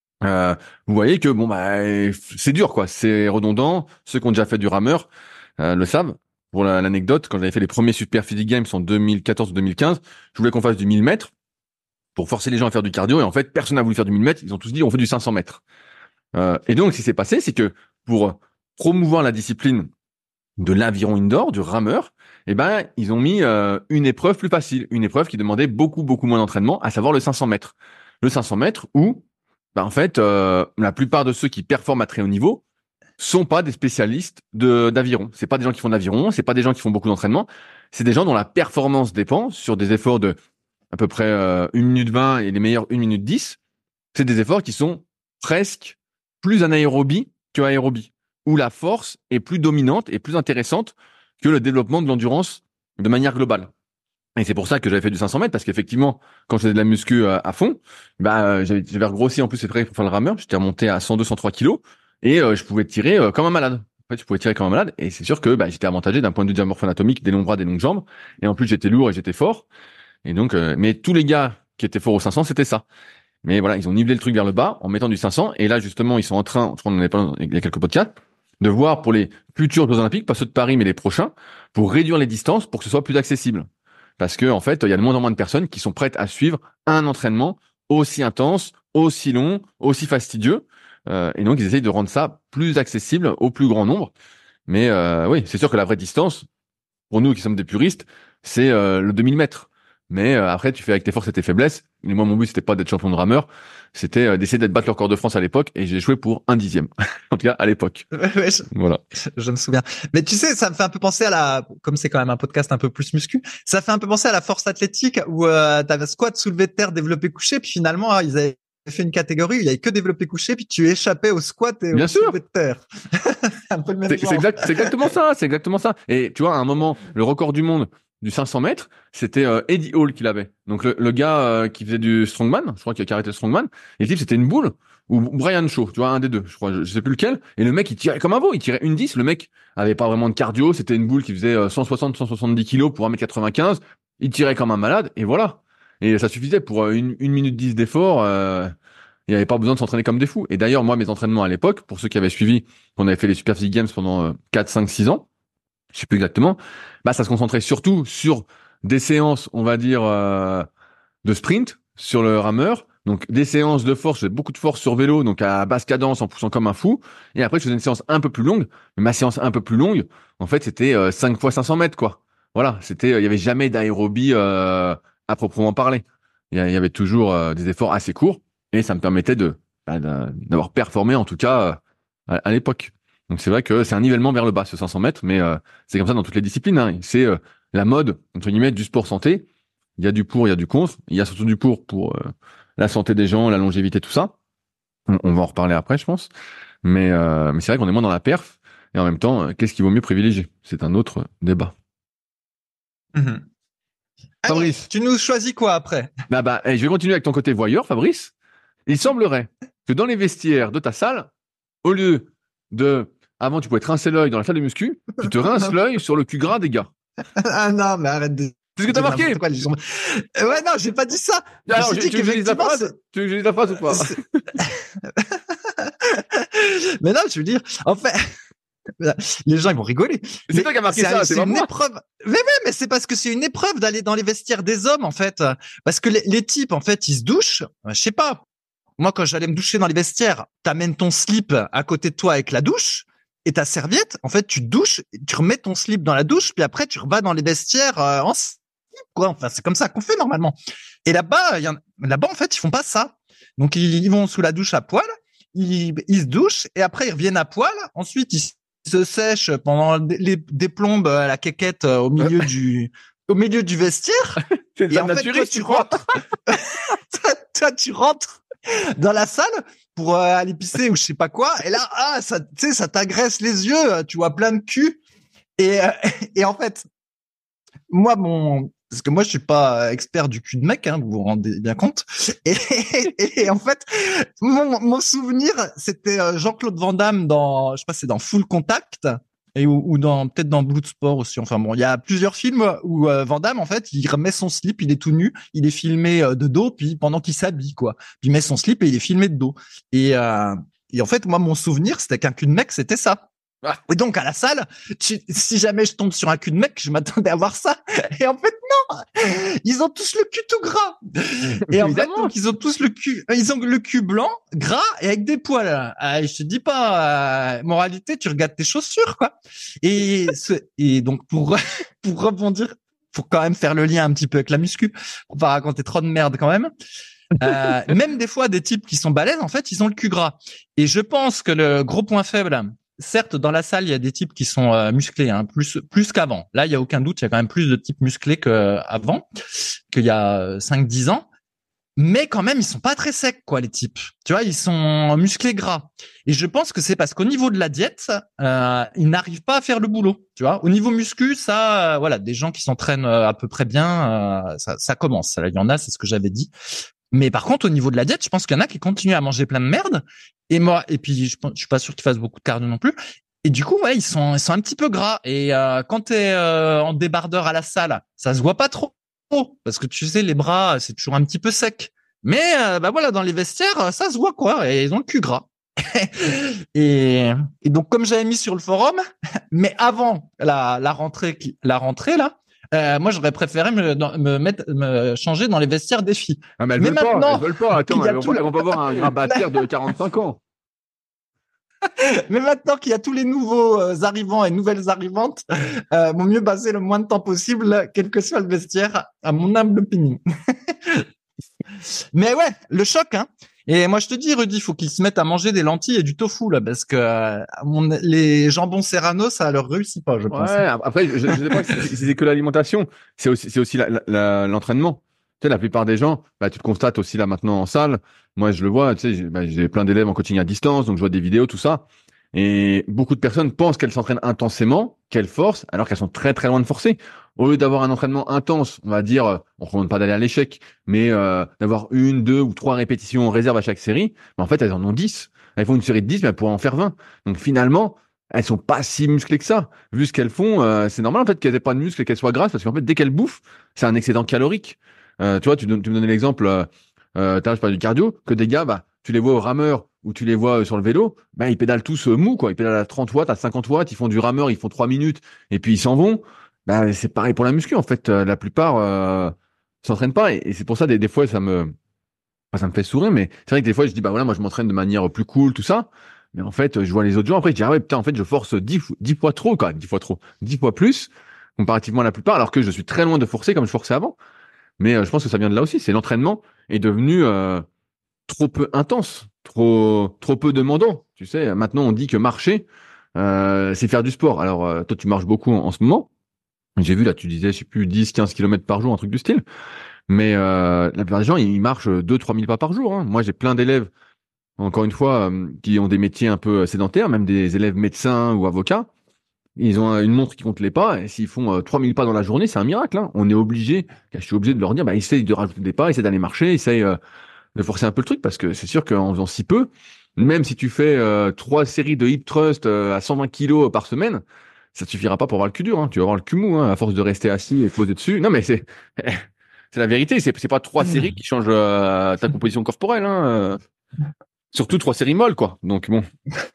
vous voyez que c'est dur, quoi. C'est redondant. Ceux qui ont déjà fait du rameur le savent. Pour l'anecdote, quand j'avais fait les premiers Super Physique Games en 2014 ou 2015, je voulais qu'on fasse du 1000 mètres pour forcer les gens à faire du cardio. Et en fait, personne n'a voulu faire du 1000 mètres. Ils ont tous dit, on fait du 500 mètres. Et donc, ce qui s'est passé, c'est que pour promouvoir la discipline de l'aviron indoor, du rameur, ils ont mis une épreuve plus facile, une épreuve qui demandait beaucoup moins d'entraînement, à savoir le 500 mètres. Le 500 mètres où, en fait, la plupart de ceux qui performent à très haut niveau sont pas des spécialistes d'aviron. C'est pas des gens qui font de l'aviron, c'est pas des gens qui font beaucoup d'entraînement, c'est des gens dont la performance dépend sur des efforts de à peu près 1 minute 20 et les meilleurs 1 minute 10. C'est des efforts qui sont presque plus anaérobie que aérobie, où la force est plus dominante et plus intéressante que le développement de l'endurance de manière globale. Et c'est pour ça que j'avais fait du 500 mètres, parce qu'effectivement, quand je faisais de la muscu à fond, j'avais regrossi en plus, c'est prêt pour faire le rameur, j'étais remonté à 102, 103 kilos, et je pouvais tirer comme un malade. En fait, je pouvais tirer comme un malade, et c'est sûr que j'étais avantagé d'un point de vue diamorpho-anatomique, des longs bras, des longues jambes, et en plus j'étais lourd et j'étais fort. Et donc, mais tous les gars qui étaient forts au 500, c'était ça. Mais voilà, ils ont nivelé le truc vers le bas en mettant du 500, et là justement, ils sont en train, je crois qu'on en avait parlé il y a quelques podcasts, de voir pour les futurs Jeux Olympiques, pas ceux de Paris, mais les prochains, pour réduire les distances pour que ce soit plus accessible. Parce que, en fait, il y a de moins en moins de personnes qui sont prêtes à suivre un entraînement aussi intense, aussi long, aussi fastidieux. Et donc, ils essayent de rendre ça plus accessible au plus grand nombre. Mais oui, c'est sûr que la vraie distance, pour nous qui sommes des puristes, c'est le 2000 mètres. Mais après, tu fais avec tes forces et tes faiblesses. Et moi, mon but, c'était pas d'être champion de rameur, c'était d'essayer d'être battre le record de France à l'époque. Et j'ai joué pour 1/10. En tout cas, à l'époque. Ouais, Voilà. je me souviens. Mais tu sais, ça me fait un peu penser comme c'est quand même un podcast un peu plus muscu, ça fait un peu penser à la force athlétique où t'avais squat, soulevé de terre, développé couché, puis finalement, ils avaient fait une catégorie où il y avait que développé couché, puis tu échappais au squat et Bien au sûr. soulevé de terre. Un peu le même genre. C'est exactement ça, c'est exactement ça. Et tu vois, à un moment, le record du monde du 500 mètres, c'était Eddie Hall qui l'avait. Donc le gars qui faisait du strongman, je crois qu'il a arrêté le strongman, et le type c'était une boule, ou Brian Shaw, tu vois, un des deux, je crois, je sais plus lequel, et le mec il tirait comme un veau, il tirait 1,10, le mec avait pas vraiment de cardio, c'était une boule qui faisait 160, 170 kilos pour 1m95, il tirait comme un malade, et voilà. Et ça suffisait pour une minute 10 d'effort, il n'y avait pas besoin de s'entraîner comme des fous. Et d'ailleurs, moi, mes entraînements à l'époque, pour ceux qui avaient suivi, on avait fait les Super Physique Games pendant 4, 5, 6 ans, je sais plus exactement, ça se concentrait surtout sur des séances, on va dire, de sprint sur le rameur. Donc, des séances de force, j'ai beaucoup de force sur vélo, donc à basse cadence, en poussant comme un fou. Et après, je faisais une séance un peu plus longue. Mais ma séance un peu plus longue, en fait, c'était 5 fois 500 mètres, quoi. Voilà, il y avait jamais d'aérobie à proprement parler. Il y avait toujours des efforts assez courts. Et ça me permettait d'avoir performé, en tout cas, à l'époque. Donc c'est vrai que c'est un nivellement vers le bas, ce 500 mètres, mais c'est comme ça dans toutes les disciplines. Hein. C'est la mode, entre guillemets, du sport santé. Il y a du pour, il y a du contre. Il y a surtout du pour la santé des gens, la longévité, tout ça. On va en reparler après, je pense. Mais c'est vrai qu'on est moins dans la perf. Et en même temps, qu'est-ce qu'il vaut mieux privilégier? C'est un autre débat. Mm-hmm. Fabrice. Allez, tu nous choisis quoi après? Je vais continuer avec ton côté voyeur, Fabrice. Il semblerait que dans les vestiaires de ta salle, au lieu avant, tu pouvais te rincer l'œil dans la salle de muscu, tu te rinces l'œil sur le cul gras des gars. Ah non, mais arrête de... C'est ce que t'as marqué. Quoi, ouais, non, j'ai pas dit ça. Alors, tu veux que je lise la phrase? Tu veux que je lise la phrase ou pas? Mais non, je veux dire, en fait, les gens, ils vont rigoler. C'est toi qui as marqué ça, c'est une épreuve. Mais c'est parce que c'est une épreuve d'aller dans les vestiaires des hommes, en fait. Parce que les types, en fait, ils se douchent. Je sais pas. Moi, quand j'allais me doucher dans les vestiaires, t'amènes ton slip à côté de toi avec la douche et ta serviette. En fait, tu te douches, tu remets ton slip dans la douche, puis après, tu revas dans les vestiaires en slip, quoi. Enfin, c'est comme ça qu'on fait normalement. Et là-bas, en fait, ils font pas ça. Donc, ils vont sous la douche à poil, ils se douchent et après, ils reviennent à poil. Ensuite, ils se sèchent pendant des plombes à la quéquette au milieu du vestiaire. Et en fait, toi, tu rentres. toi, tu rentres dans la salle pour aller pisser ou je sais pas quoi, et là ça t'agresse les yeux, tu vois plein de cul, et en fait moi parce que moi je suis pas expert du cul de mec, hein, vous vous rendez bien compte. Et, et en fait, mon souvenir, c'était Jean-Claude Van Damme dans, je sais pas, c'est dans Full Contact. Et ou dans peut-être dans Bloodsport aussi. Enfin bon, il y a plusieurs films où Van Damme en fait, il remet son slip, il est tout nu, il est filmé de dos, puis pendant qu'il s'habille quoi, puis il met son slip et il est filmé de dos. Et en fait, moi mon souvenir, c'était qu'un cul de mec, c'était ça. Et donc à la salle, si jamais je tombe sur un cul de mec, je m'attendais à voir ça. Et en fait non, ils ont tous le cul tout gras. Et en fait donc ils ont tous ils ont le cul blanc, gras et avec des poils. Je te dis pas, moralité, tu regardes tes chaussures quoi. Et donc pour pour rebondir, faut quand même faire le lien un petit peu avec la muscu, pour pas raconter trop de merde quand même. Même des fois des types qui sont balèzes, en fait, ils ont le cul gras. Et je pense que le gros point faible, certes, dans la salle, il y a des types qui sont musclés, hein, plus qu'avant. Là, il y a aucun doute, il y a quand même plus de types musclés qu'avant, qu'il y a 5-10 ans. Mais quand même, ils sont pas très secs, quoi, les types. Tu vois, ils sont musclés gras. Et je pense que c'est parce qu'au niveau de la diète, ils n'arrivent pas à faire le boulot. Tu vois, au niveau muscu, ça, voilà, des gens qui s'entraînent à peu près bien, ça commence. Là, il y en a, c'est ce que j'avais dit. Mais par contre, au niveau de la diète, je pense qu'il y en a qui continuent à manger plein de merde. Et puis, je suis pas sûr qu'ils fassent beaucoup de cardio non plus. Et du coup, ouais, ils sont un petit peu gras. Et quand t'es en débardeur à la salle, ça se voit pas trop, parce que tu sais, les bras, c'est toujours un petit peu sec. Mais bah voilà, dans les vestiaires, ça se voit quoi. Et ils ont le cul gras. et donc, comme j'avais mis sur le forum, mais avant la rentrée là. Moi, j'aurais préféré me changer dans les vestiaires des filles. Ah, mais mais maintenant, elles veulent pas. Attends, elles vont pas voir un grabataire de 45 ans. mais maintenant qu'il y a tous les nouveaux arrivants et nouvelles arrivantes, vaut mieux passer le moins de temps possible, quel que soit le vestiaire, à mon humble opinion. Mais ouais, le choc, hein. Et moi, je te dis, Rudy, faut qu'ils se mettent à manger des lentilles et du tofu, là, parce que les jambons serrano, ça leur réussit pas, je pense. Ouais, après, je sais pas si c'est que l'alimentation, c'est aussi l'entraînement. Tu sais, la plupart des gens, bah, tu le constates aussi là maintenant en salle. Moi, je le vois, tu sais, j'ai plein d'élèves en coaching à distance, donc je vois des vidéos, tout ça. Et beaucoup de personnes pensent qu'elles s'entraînent intensément, qu'elles forcent, alors qu'elles sont très très loin de forcer. Au lieu d'avoir un entraînement intense, on va dire, on ne recommande pas d'aller à l'échec, mais d'avoir 1, 2 ou 3 répétitions en réserve à chaque série, bah, en fait, elles en ont 10. Elles font une série de 10, mais elles pourraient en faire 20. Donc finalement, elles sont pas si musclées que ça. Vu ce qu'elles font, c'est normal en fait qu'elles aient pas de muscles et qu'elles soient grasses, parce qu'en fait, dès qu'elles bouffent, c'est un excédent calorique. Tu vois, tu me donnais l'exemple, je parlais du cardio, que des gars, bah, tu les vois au rameur ou tu les vois sur le vélo, bah, ils pédalent tous mou, quoi. Ils pédalent à 30 watts, à 50 watts, ils font du rameur, ils font 3 minutes et puis ils s'en vont. Bah, c'est pareil pour la muscu, en fait. La plupart s'entraînent pas et c'est pour ça, des fois, ça me fait sourire, mais c'est vrai que des fois, je dis, bah voilà, moi, je m'entraîne de manière plus cool, tout ça. Mais en fait, je vois les autres gens, après, je dis, ah ouais, putain, en fait, je force 10 fois trop, quoi. 10 fois trop. 10 fois plus, comparativement à la plupart, alors que je suis très loin de forcer comme je forçais avant. Mais je pense que ça vient de là aussi. C'est l'entraînement est devenu trop peu intense, trop peu demandant. Tu sais, maintenant on dit que marcher, c'est faire du sport. Alors toi tu marches beaucoup en ce moment. J'ai vu là, tu disais, je sais plus, 10-15 kilomètres par jour, un truc du style. Mais la plupart des gens, ils marchent 2-3 000 pas par jour, hein. Moi j'ai plein d'élèves, encore une fois, qui ont des métiers un peu sédentaires, même des élèves médecins ou avocats. Ils ont une montre qui compte les pas, et s'ils font 3 000 pas dans la journée, c'est un miracle, hein. On est obligé, je suis obligé de leur dire, bah, essaye de rajouter des pas, essaye d'aller marcher, essaye de forcer un peu le truc, parce que c'est sûr qu'en faisant si peu, même si tu fais 3 séries de hip thrust à 120 kilos par semaine, ça te suffira pas pour avoir le cul dur, hein. Tu vas avoir le cul mou, hein, à force de rester assis et posé dessus. Non, mais c'est c'est la vérité, c'est pas 3 séries qui changent ta composition corporelle, hein. Surtout 3 séries molles, quoi. Donc bon.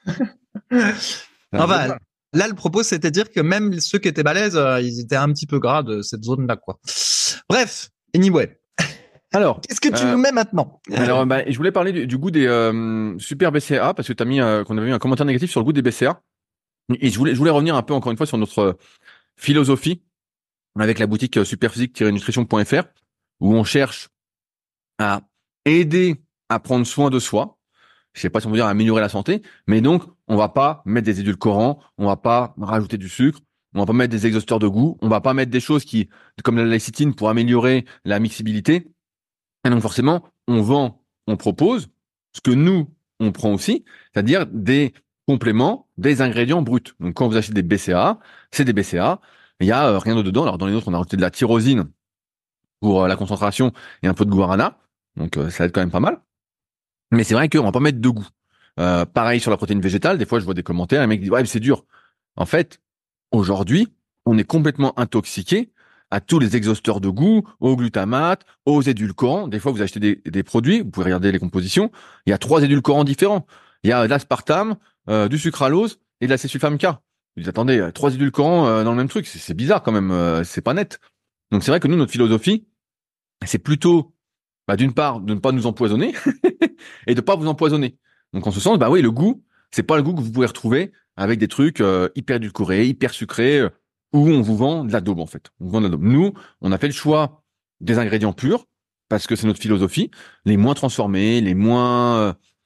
Ah bah, là, le propos, c'était de dire que même ceux qui étaient balèzes, ils étaient un petit peu gras de cette zone-là, quoi. Bref, anyway. Alors, qu'est-ce que tu nous mets maintenant? Alors, bah, je voulais parler du goût des super BCA, parce que tu as mis qu'on avait eu un commentaire négatif sur le goût des BCA. Et je voulais revenir un peu encore une fois sur notre philosophie avec la boutique superphysique-nutrition.fr, où on cherche à aider à prendre soin de soi. Je sais pas si on veut dire améliorer la santé, mais donc on va pas mettre des édulcorants, on va pas rajouter du sucre, on va pas mettre des exhausteurs de goût, on va pas mettre des choses comme la lécithine pour améliorer la mixabilité. Et donc forcément, on propose ce que nous, on prend aussi, c'est-à-dire des compléments, des ingrédients bruts. Donc quand vous achetez des BCA, c'est des BCA, il y a rien dedans. Alors dans les autres, on a rajouté de la tyrosine pour la concentration et un peu de guarana. Donc ça aide quand même pas mal. Mais c'est vrai qu'on va pas mettre de goût. Pareil sur la protéine végétale, des fois je vois des commentaires, les mecs disent ouais mais c'est dur. En fait, aujourd'hui, on est complètement intoxiqué à tous les exhausteurs de goût, au glutamate, aux édulcorants. Des fois vous achetez des produits, vous pouvez regarder les compositions, il y a 3 édulcorants différents. Il y a de l'aspartame, du sucralose et de la césulfame K. Vous dites attendez, 3 édulcorants dans le même truc, c'est bizarre quand même, c'est pas net. Donc c'est vrai que nous, notre philosophie, c'est plutôt d'une part, de ne pas nous empoisonner et de pas vous empoisonner. Donc, en ce sens, bah oui, le goût, c'est pas le goût que vous pouvez retrouver avec des trucs hyper édulcorés, hyper sucrés, où on vous vend de la daube, en fait. On vous vend de la daube. Nous, on a fait le choix des ingrédients purs parce que c'est notre philosophie, les moins transformés, les moins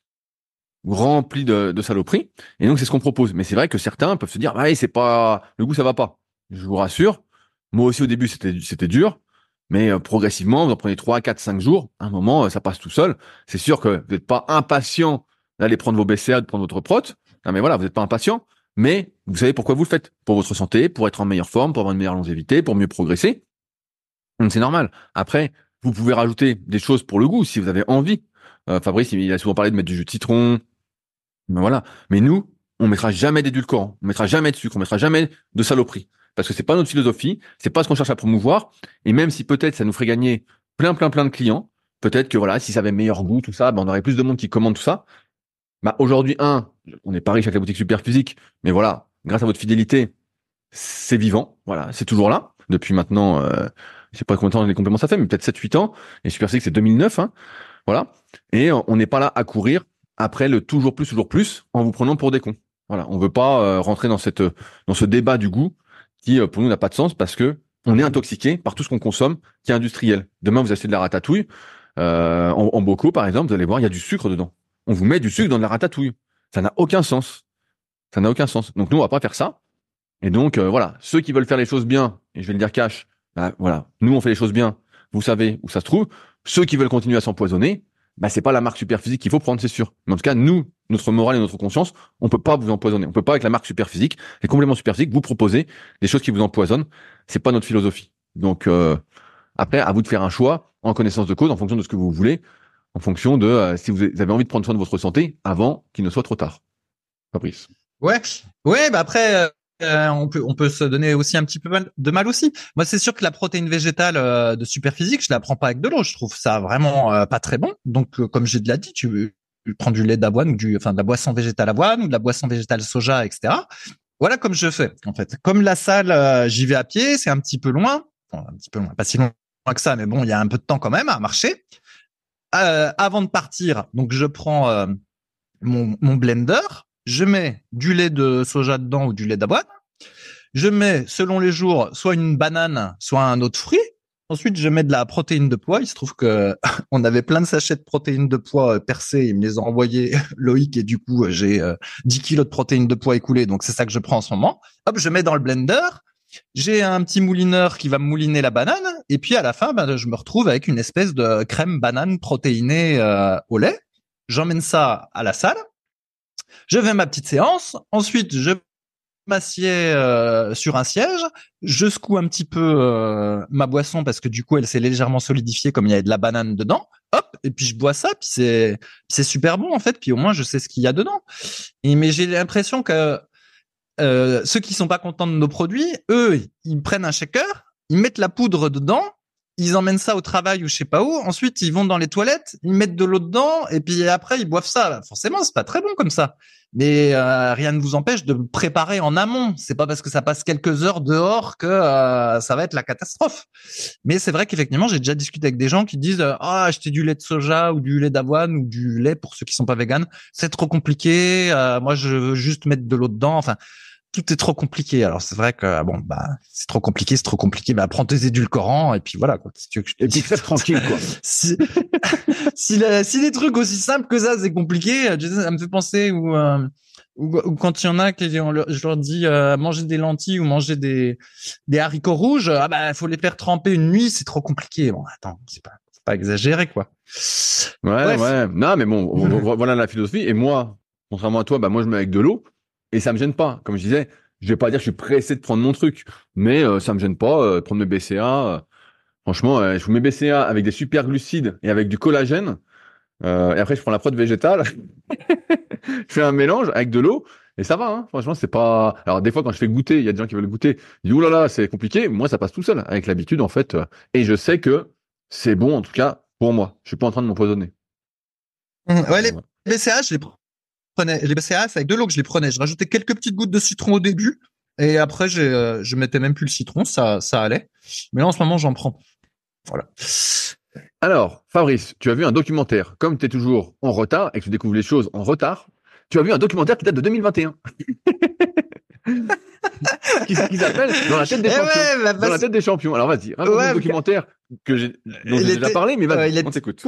remplis de saloperies. Et donc, c'est ce qu'on propose. Mais c'est vrai que certains peuvent se dire, bah, c'est pas, le goût, ça va pas. Je vous rassure. Moi aussi, au début, c'était dur. Mais progressivement, vous en prenez 3, 4, 5 jours. À un moment, ça passe tout seul. C'est sûr que vous n'êtes pas impatient d'aller prendre vos BCA, de prendre votre prot. Non, mais voilà, vous n'êtes pas impatient. Mais vous savez pourquoi vous le faites. Pour votre santé, pour être en meilleure forme, pour avoir une meilleure longévité, pour mieux progresser. Donc c'est normal. Après, vous pouvez rajouter des choses pour le goût si vous avez envie. Fabrice, il a souvent parlé de mettre du jus de citron. Ben voilà. Mais nous, on mettra jamais d'édulcorant. On mettra jamais de sucre. On mettra jamais de saloperie. Parce que c'est pas notre philosophie. C'est pas ce qu'on cherche à promouvoir. Et même si peut-être ça nous ferait gagner plein de clients, peut-être que voilà, si ça avait meilleur goût, tout ça, ben on aurait plus de monde qui commande tout ça. Bah, aujourd'hui, on n'est pas riche avec la boutique Super Physique. Mais voilà, grâce à votre fidélité, c'est vivant. Voilà, c'est toujours là. Depuis maintenant, je sais pas combien de temps les compléments ça fait, mais peut-être 7, 8 ans. Et Super Physique, c'est 2009, hein. Voilà. Et on n'est pas là à courir après le toujours plus en vous prenant pour des cons. Voilà. On veut pas rentrer dans dans ce débat du goût qui, pour nous, n'a pas de sens parce que on est intoxiqué par tout ce qu'on consomme qui est industriel. Demain, vous achetez de la ratatouille, en bocaux, par exemple, vous allez voir, il y a du sucre dedans. On vous met du sucre dans de la ratatouille. Ça n'a aucun sens. Ça n'a aucun sens. Donc nous, on va pas faire ça. Et donc, voilà. Ceux qui veulent faire les choses bien, et je vais le dire cash, bah, voilà. Nous, on fait les choses bien. Vous savez où ça se trouve. Ceux qui veulent continuer à s'empoisonner, bah, c'est pas la marque Superphysique qu'il faut prendre, c'est sûr. Mais en tout cas, nous, notre morale et notre conscience, on peut pas vous empoisonner. On peut pas avec la marque Superphysique, les compléments Superphysique, vous proposer des choses qui vous empoisonnent. C'est pas notre philosophie. Donc, après, à vous de faire un choix en connaissance de cause, en fonction de ce que vous voulez, en fonction de si vous avez envie de prendre soin de votre santé avant qu'il ne soit trop tard. Fabrice. Ouais, ouais, bah après, on peut se donner aussi un petit peu de mal aussi. Moi, c'est sûr que la protéine végétale de Superphysique, je la prends pas avec de l'eau. Je trouve ça vraiment pas très bon. Donc, comme j'ai déjà dit, tu prends du lait d'avoine ou de la boisson végétale avoine ou de la boisson végétale soja, etc. Voilà comme je fais en fait. Comme la salle, j'y vais à pied, c'est un petit peu loin, enfin, un petit peu loin, pas si loin que ça, mais bon, il y a un peu de temps quand même à marcher. Avant de partir, donc je prends mon blender, je mets du lait de soja dedans ou du lait d'avoine. Je mets, selon les jours, soit une banane, soit un autre fruit. Ensuite, je mets de la protéine de pois. Il se trouve que on avait plein de sachets de protéines de pois percés. Il me les a envoyés, Loïc, et du coup, j'ai 10 kilos de protéines de pois écoulées. Donc, c'est ça que je prends en ce moment. Hop, je mets dans le blender. J'ai un petit moulineur qui va me mouliner la banane. Et puis, à la fin, je me retrouve avec une espèce de crème banane protéinée au lait. J'emmène ça à la salle. Je fais ma petite séance. Ensuite, je m'assieds sur un siège. Je secoue un petit peu ma boisson parce que du coup, elle s'est légèrement solidifiée comme il y avait de la banane dedans. Hop, et puis je bois ça. Puis c'est super bon en fait. Puis au moins, je sais ce qu'il y a dedans. Mais j'ai l'impression que ceux qui sont pas contents de nos produits, eux, ils prennent un shaker, ils mettent la poudre dedans. Ils emmènent ça au travail ou je sais pas où. Ensuite, ils vont dans les toilettes, ils mettent de l'eau dedans et puis après ils boivent ça. Forcément, c'est pas très bon comme ça. Mais rien ne vous empêche de préparer en amont. C'est pas parce que ça passe quelques heures dehors que ça va être la catastrophe. Mais c'est vrai qu'effectivement, j'ai déjà discuté avec des gens qui disent acheter du lait de soja ou du lait d'avoine ou du lait pour ceux qui sont pas véganes, c'est trop compliqué. Moi, je veux juste mettre de l'eau dedans. Enfin, tout est trop compliqué. Alors c'est vrai que c'est trop compliqué. Bah prends tes édulcorants et puis voilà quoi. Si tu veux que Et puis crève tranquille quoi. si si les trucs aussi simples que ça c'est compliqué, ça me fait penser ou quand il y en a je leur dis manger des lentilles ou manger des haricots rouges, faut les faire tremper une nuit, c'est trop compliqué. Bon attends, c'est pas exagéré quoi. Ouais, Bref. ouais. Non, mais bon, voilà la philosophie. Et moi, contrairement à toi, moi je mets avec de l'eau et ça me gêne pas. Comme je disais, je vais pas dire que je suis pressé de prendre mon truc, mais ça me gêne pas de prendre mes BCA. Franchement, je vous mets BCA avec des super glucides et avec du collagène. Et après, je prends la prot végétale. Je fais un mélange avec de l'eau et ça va. Hein. Franchement, c'est pas. Alors des fois, quand je fais goûter, il y a des gens qui veulent goûter. Je dis ouh là là, c'est compliqué. Moi, ça passe tout seul avec l'habitude en fait. Et je sais que c'est bon en tout cas pour moi. Je suis pas en train de m'empoisonner. Ouais, les Ouais. BCA, je les prenais. Les BCA, c'est avec de l'eau que je les prenais. Je rajoutais quelques petites gouttes de citron au début. Et après, je mettais même plus le citron, ça allait. Mais là, en ce moment, j'en prends. Voilà. Alors, Fabrice, tu as vu un documentaire. Comme tu es toujours en retard et que tu découvres les choses en retard, tu as vu un documentaire qui date de 2021. qui s'appelle Dans la tête des champions. Ouais, bah, Dans la tête des champions. Alors vas-y, raconte-nous le documentaire dont j'ai déjà parlé, mais vas-y, on t'écoute.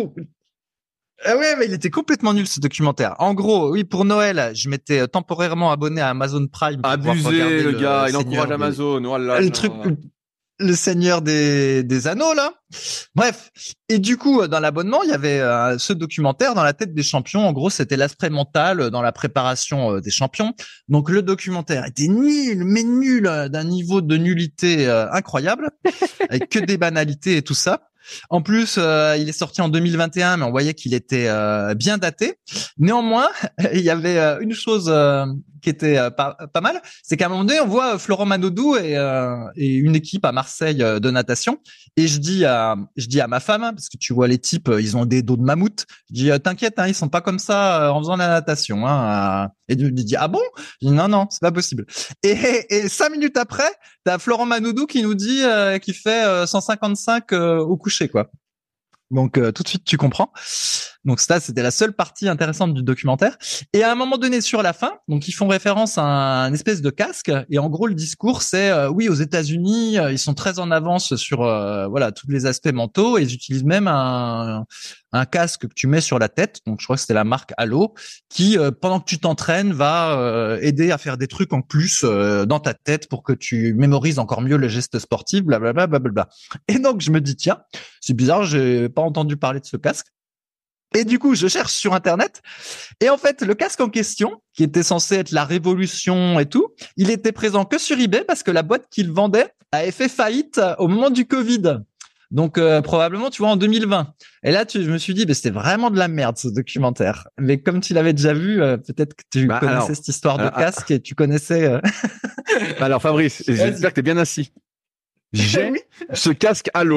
Ah ouais, mais il était complètement nul ce documentaire. En gros, oui, pour Noël, je m'étais temporairement abonné à Amazon Prime pour pouvoir Abusé, regarder le gars, il Seigneur encourage Amazon. Oh là le là. truc, le Seigneur des Anneaux là. Bref, et du coup, dans l'abonnement, il y avait ce documentaire Dans la tête des champions. En gros, c'était l'aspect mental dans la préparation des champions. Donc le documentaire était nul, mais nul, d'un niveau de nullité incroyable, avec que des banalités et tout ça. En plus, il est sorti en 2021, mais on voyait qu'il était bien daté. Néanmoins, il y avait une chose qui était pas mal, c'est qu'à un moment donné, on voit Florent Manodou et une équipe à Marseille de natation. Et je dis à ma femme, parce que tu vois les types, ils ont des dos de mammouth. Je dis t'inquiète, hein, ils sont pas comme ça en faisant la natation. Hein. Et je dis ah bon? Je dis non, c'est pas possible. Et 5 minutes après, t'as Florent Manodou qui nous dit qu'il fait 155 au coucher, quoi. Donc tout de suite tu comprends. Donc ça c'était la seule partie intéressante du documentaire. Et à un moment donné sur la fin, donc ils font référence à un espèce de casque et en gros le discours c'est oui aux États-Unis ils sont très en avance sur voilà tous les aspects mentaux et ils utilisent même un casque que tu mets sur la tête. Donc je crois que c'était la marque Halo qui pendant que tu t'entraînes va aider à faire des trucs en plus dans ta tête pour que tu mémorises encore mieux les gestes sportifs, blablabla, blablabla. Et donc je me dis tiens, c'est bizarre, j'ai pas entendu parler de ce casque. Et du coup, je cherche sur Internet. Et en fait, le casque en question, qui était censé être la révolution et tout, il était présent que sur eBay parce que la boîte qu'il vendait avait fait faillite au moment du Covid. Donc, probablement, tu vois, en 2020. Et là, je me suis dit, c'était vraiment de la merde, ce documentaire. Mais comme tu l'avais déjà vu, peut-être que tu connaissais cette histoire de casque et tu connaissais... Alors, Fabrice, j'espère que tu es bien assis. J'ai ce casque Halo.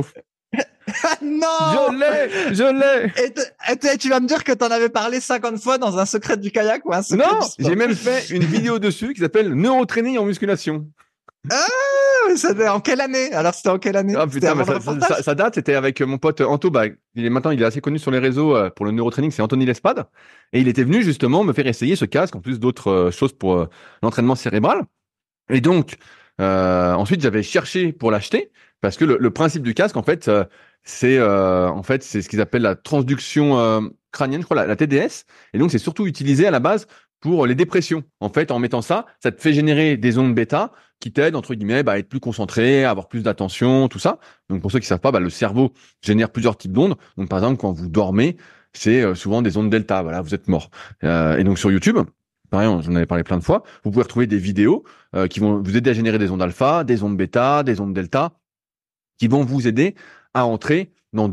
Non! Je l'ai! Et tu vas me dire que t'en avais parlé 50 fois dans un secret du kayak ou un secret Non, du sport. j'ai même fait une vidéo dessus qui s'appelle Neurotraining en musculation. Ah, c'était en quelle année? Alors, c'était en quelle année? Ah putain, ça date, c'était avec mon pote Anto, il est assez connu sur les réseaux pour le neurotraining, c'est Anthony Lespade. Et il était venu justement me faire essayer ce casque, en plus d'autres choses pour l'entraînement cérébral. Et donc, ensuite, j'avais cherché pour l'acheter, parce que le principe du casque, en fait, c'est ce qu'ils appellent la transduction crânienne, je crois, la TDS. Et donc, c'est surtout utilisé à la base pour les dépressions. En fait, en mettant ça, ça te fait générer des ondes bêta qui t'aident, entre guillemets, à être plus concentré, à avoir plus d'attention, tout ça. Donc, pour ceux qui savent pas, le cerveau génère plusieurs types d'ondes. Donc, par exemple, quand vous dormez, c'est souvent des ondes delta. Voilà, vous êtes mort. Et donc, sur YouTube, pareil, j'en avais parlé plein de fois, vous pouvez retrouver des vidéos qui vont vous aider à générer des ondes alpha, des ondes bêta, des ondes delta, qui vont vous aider à entrer dans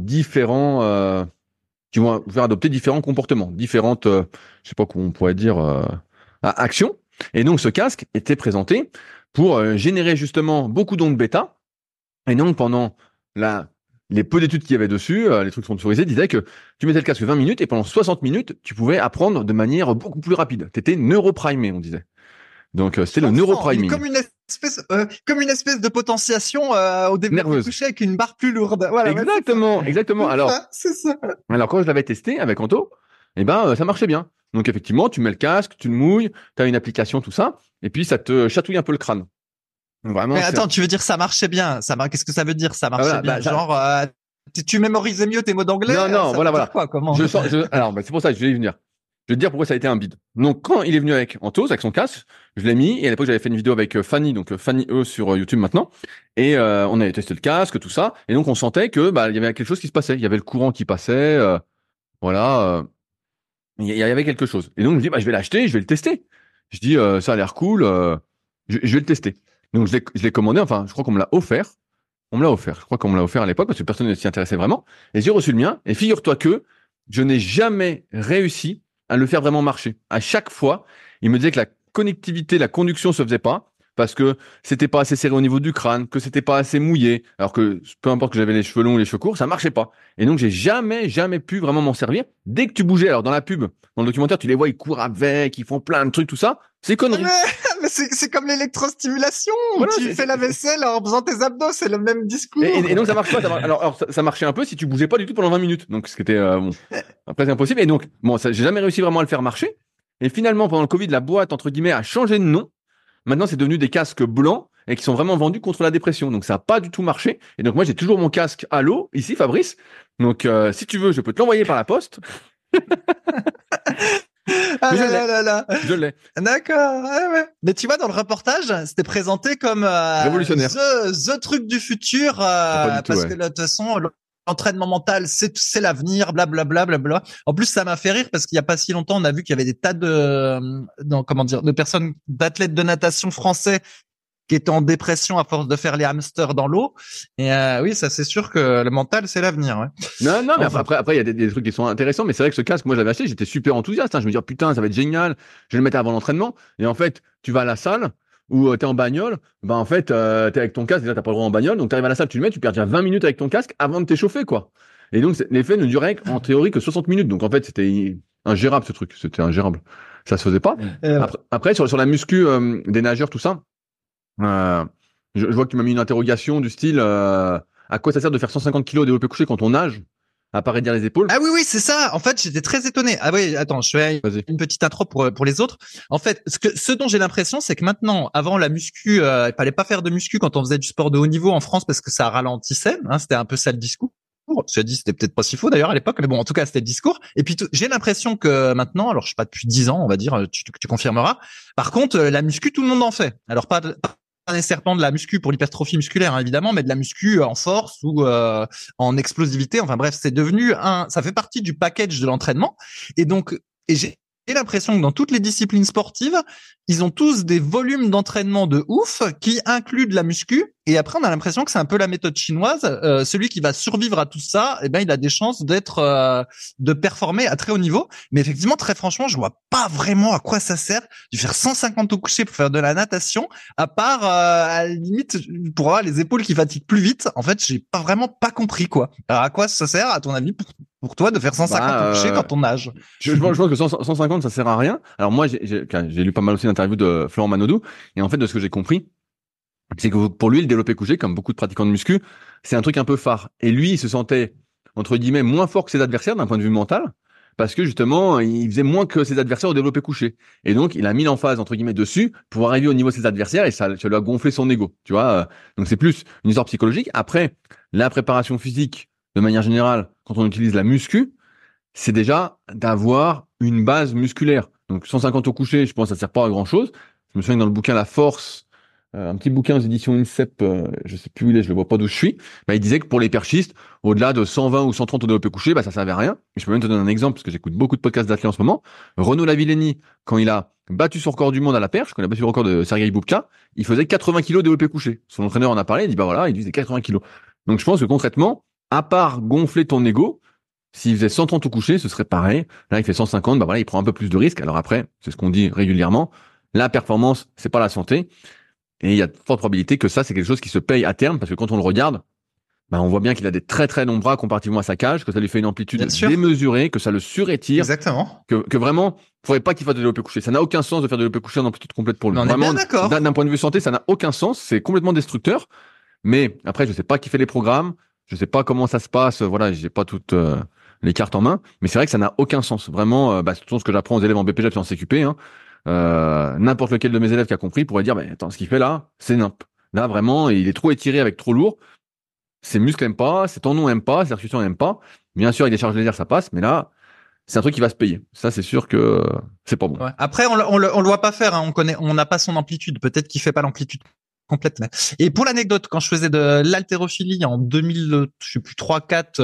qui vont vous faire adopter différents comportements, différentes, je sais pas comment on pourrait dire, actions. Et donc ce casque était présenté pour générer justement beaucoup d'ondes bêta. Et donc pendant les peu d'études qu'il y avait dessus, les trucs sponsorisés disaient que tu mettais le casque 20 minutes et pendant 60 minutes, tu pouvais apprendre de manière beaucoup plus rapide. T'étais neuroprimé, on disait. Donc c'était le neuropriming. Comme une espèce de potentiation au développement du coucher avec une barre plus lourde. Voilà, exactement. Alors, c'est ça. Alors quand je l'avais testé avec Anto, ça marchait bien. Donc effectivement, tu mets le casque, tu le mouilles, tu as une application, tout ça, et puis ça te chatouille un peu le crâne. Vraiment. Mais attends, tu veux dire ça marchait bien? Qu'est-ce que ça veut dire ça marchait bien? Genre, tu mémorisais mieux tes mots d'anglais? Non, voilà. Quoi, comment? Alors, c'est pour ça que je vais y venir. Je vais te dire pourquoi ça a été un bide. Donc, quand il est venu avec Anto, avec son casque, je l'ai mis, et à l'époque, j'avais fait une vidéo avec Fanny, donc Fanny E sur YouTube maintenant, et on avait testé le casque, tout ça, et donc on sentait que il y avait quelque chose qui se passait. Il y avait le courant qui passait, il y avait quelque chose. Et donc, je me dis, je vais l'acheter, je vais le tester. Je dis, ça a l'air cool, je vais le tester. Donc, je l'ai commandé, enfin, je crois qu'on me l'a offert. On me l'a offert. Je crois qu'on me l'a offert à l'époque parce que personne ne s'y intéressait vraiment. Et j'ai reçu le mien. Et figure-toi que je n'ai jamais réussi à le faire vraiment marcher. À chaque fois, il me disait que la connectivité, la conduction se faisait pas parce que c'était pas assez serré au niveau du crâne, que c'était pas assez mouillé. Alors que peu importe que j'avais les cheveux longs ou les cheveux courts, ça marchait pas. Et donc, j'ai jamais pu vraiment m'en servir. Dès que tu bougeais, alors dans la pub, dans le documentaire, tu les vois, ils courent avec, ils font plein de trucs, tout ça. C'est connerie. Mais c'est comme l'électrostimulation. Voilà, Tu fais la vaisselle en faisant tes abdos, c'est le même discours. Et donc ça marche pas. Alors ça marchait un peu si tu bougeais pas du tout pendant 20 minutes. Donc ce qui était bon, après c'est impossible. Et donc bon, ça, j'ai jamais réussi vraiment à le faire marcher. Et finalement pendant le Covid, la boîte entre guillemets a changé de nom. Maintenant c'est devenu des casques blancs et qui sont vraiment vendus contre la dépression. Donc ça a pas du tout marché. Et donc moi j'ai toujours mon casque à l'eau ici, Fabrice. Donc si tu veux, je peux te l'envoyer par la poste. Ah Mais là là là. je l'ai. D'accord. Ouais. Mais tu vois, dans le reportage, c'était présenté comme Révolutionnaire. the truc du futur, Pas du tout, parce ouais. que de toute façon, l'entraînement mental, c'est l'avenir, blablabla, blablabla. En plus, ça m'a fait rire parce qu'il y a pas si longtemps, on a vu qu'il y avait des tas de personnes, d'athlètes de natation français qui étaient en dépression à force de faire les hamsters dans l'eau. Et oui, ça c'est sûr que le mental, c'est l'avenir. Ouais. Non, mais Enfin. après, il y a des trucs qui sont intéressants, mais c'est vrai que ce casque, moi, je l'avais acheté, j'étais super enthousiaste, hein. Je me dis, oh, putain, ça va être génial. Je vais le mettre avant l'entraînement. Et en fait, tu vas à la salle, ou t'es en bagnole, ben, en fait, t'es avec ton casque, déjà, t'as pas le droit en bagnole, donc t'arrives à la salle, tu le mets, tu perds déjà 20 minutes avec ton casque avant de t'échauffer, quoi. Et donc, l'effet ne durait en théorie que 60 minutes. Donc, en fait, c'était ingérable, ce truc. C'était ingérable. Ça se faisait pas. Après, sur la muscu, des nageurs, tout ça, euh, je vois que tu m'as mis une interrogation du style, à quoi ça sert de faire 150 kilos de développé couché quand on nage? À part raidir les épaules. Ah oui, c'est ça. En fait, j'étais très étonné. Ah oui, attends, je fais Vas-y. une petite intro pour les autres. En fait, ce dont j'ai l'impression, c'est que maintenant, avant la muscu, il fallait pas faire de muscu quand on faisait du sport de haut niveau en France parce que ça ralentissait. Hein, c'était un peu ça le discours. Cela dit, c'était peut-être pas si faux d'ailleurs à l'époque, mais bon, en tout cas, c'était le discours. Et puis, j'ai l'impression que maintenant, alors je sais pas depuis 10 ans, on va dire, tu confirmeras. Par contre, la muscu, tout le monde en fait. Alors pas nécessairement de la muscu pour l'hypertrophie musculaire, hein, évidemment, mais de la muscu en force ou en explosivité. Enfin bref, c'est devenu ça fait partie du package de l'entraînement. Et donc, j'ai l'impression que dans toutes les disciplines sportives, ils ont tous des volumes d'entraînement de ouf qui incluent de la muscu. Et après, on a l'impression que c'est un peu la méthode chinoise. Celui qui va survivre à tout ça, eh ben, il a des chances de performer à très haut niveau. Mais effectivement, très franchement, je vois pas vraiment à quoi ça sert de faire 150 au coucher pour faire de la natation, à part à la limite pour avoir les épaules qui fatiguent plus vite. En fait, j'ai vraiment pas compris quoi. Alors à quoi ça sert à ton avis pour toi de faire 150 au coucher quand on nage? Je pense que 150, ça sert à rien. Alors moi, j'ai lu pas mal aussi d'interviews de Florent Manodou, et en fait, de ce que j'ai compris, c'est que pour lui, le développé couché, comme beaucoup de pratiquants de muscu, c'est un truc un peu phare. Et lui, il se sentait, entre guillemets, moins fort que ses adversaires d'un point de vue mental, parce que justement, il faisait moins que ses adversaires au développé couché. Et donc, il a mis l'emphase, entre guillemets, dessus pour arriver au niveau de ses adversaires, et ça lui a gonflé son ego, tu vois. Donc, c'est plus une histoire psychologique. Après, la préparation physique, de manière générale, quand on utilise la muscu, c'est déjà d'avoir une base musculaire. Donc 150 au coucher, je pense que ça sert pas à grand chose. Je me souviens que dans le bouquin La Force, un petit bouquin aux éditions INSEP, je sais plus où il est, je le vois pas d'où je suis, bah, il disait que pour les perchistes, au-delà de 120 ou 130 au développé couché, bah, ça servait à rien. Et je peux même te donner un exemple, parce que j'écoute beaucoup de podcasts d'athlètes en ce moment. Renaud Lavillenie, quand il a battu son record du monde à la perche, quand il a battu le record de Sergei Boubka, il faisait 80 kilos de développé couché. Son entraîneur en a parlé, il dit, bah voilà, il faisait 80 kilos. Donc je pense que concrètement, à part gonfler ton ego, s'il faisait 130 au coucher, ce serait pareil. Là, il fait 150, bah voilà, il prend un peu plus de risques. Alors après, c'est ce qu'on dit régulièrement. La performance, c'est pas la santé. Et il y a de fortes probabilités que ça, c'est quelque chose qui se paye à terme, parce que quand on le regarde, bah, on voit bien qu'il a des très très longs bras comparativement à sa cage, que ça lui fait une amplitude démesurée, que ça le surétire. Exactement. Que vraiment, faudrait pas qu'il fasse de développé couché. Ça n'a aucun sens de faire de développé couché en amplitude complète pour lui. On Vraiment, est bien d'accord. d'un point de vue santé, ça n'a aucun sens. C'est complètement destructeur. Mais après, je sais pas qui fait les programmes. Je sais pas comment ça se passe. Voilà, j'ai pas toutes les cartes en main. Mais c'est vrai que ça n'a aucun sens. Vraiment, c'est tout ce que j'apprends aux élèves en BPJEPS et en CQP. Hein. N'importe lequel de mes élèves qui a compris pourrait dire, mais attends, ce qu'il fait là, c'est nimp. Là, vraiment, il est trop étiré avec trop lourd. Ses muscles aiment pas, ses tendons aiment pas, ses articulations n'aiment pas. Bien sûr, avec des charges légères, ça passe. Mais là, c'est un truc qui va se payer. Ça, c'est sûr que c'est pas bon. Ouais. Après, on le voit pas faire. Hein. On n'a pas son amplitude. Peut-être qu'il fait pas l'amplitude complète. Mais... Et pour l'anecdote, quand je faisais de l'haltérophilie en 2000, je sais plus 3-4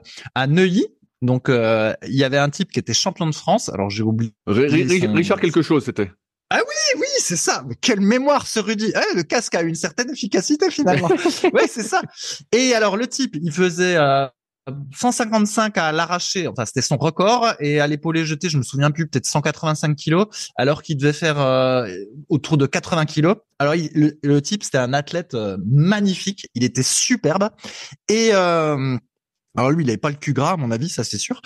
à Neuilly, donc il y avait un type qui était champion de France. Alors j'ai oublié. Richard quelque chose, c'était. Ah oui, oui, c'est ça. Mais quelle mémoire, ce Rudy. Le casque a une certaine efficacité, finalement. Ouais, c'est ça. Et alors, le type, il faisait 155 à l'arraché. Enfin, c'était son record. Et à l'épaulé jeté, je me souviens plus, peut-être 185 kilos, alors qu'il devait faire autour de 80 kilos. Alors, le type, c'était un athlète magnifique. Il était superbe. Et alors lui, il avait pas le cul gras, à mon avis, ça c'est sûr.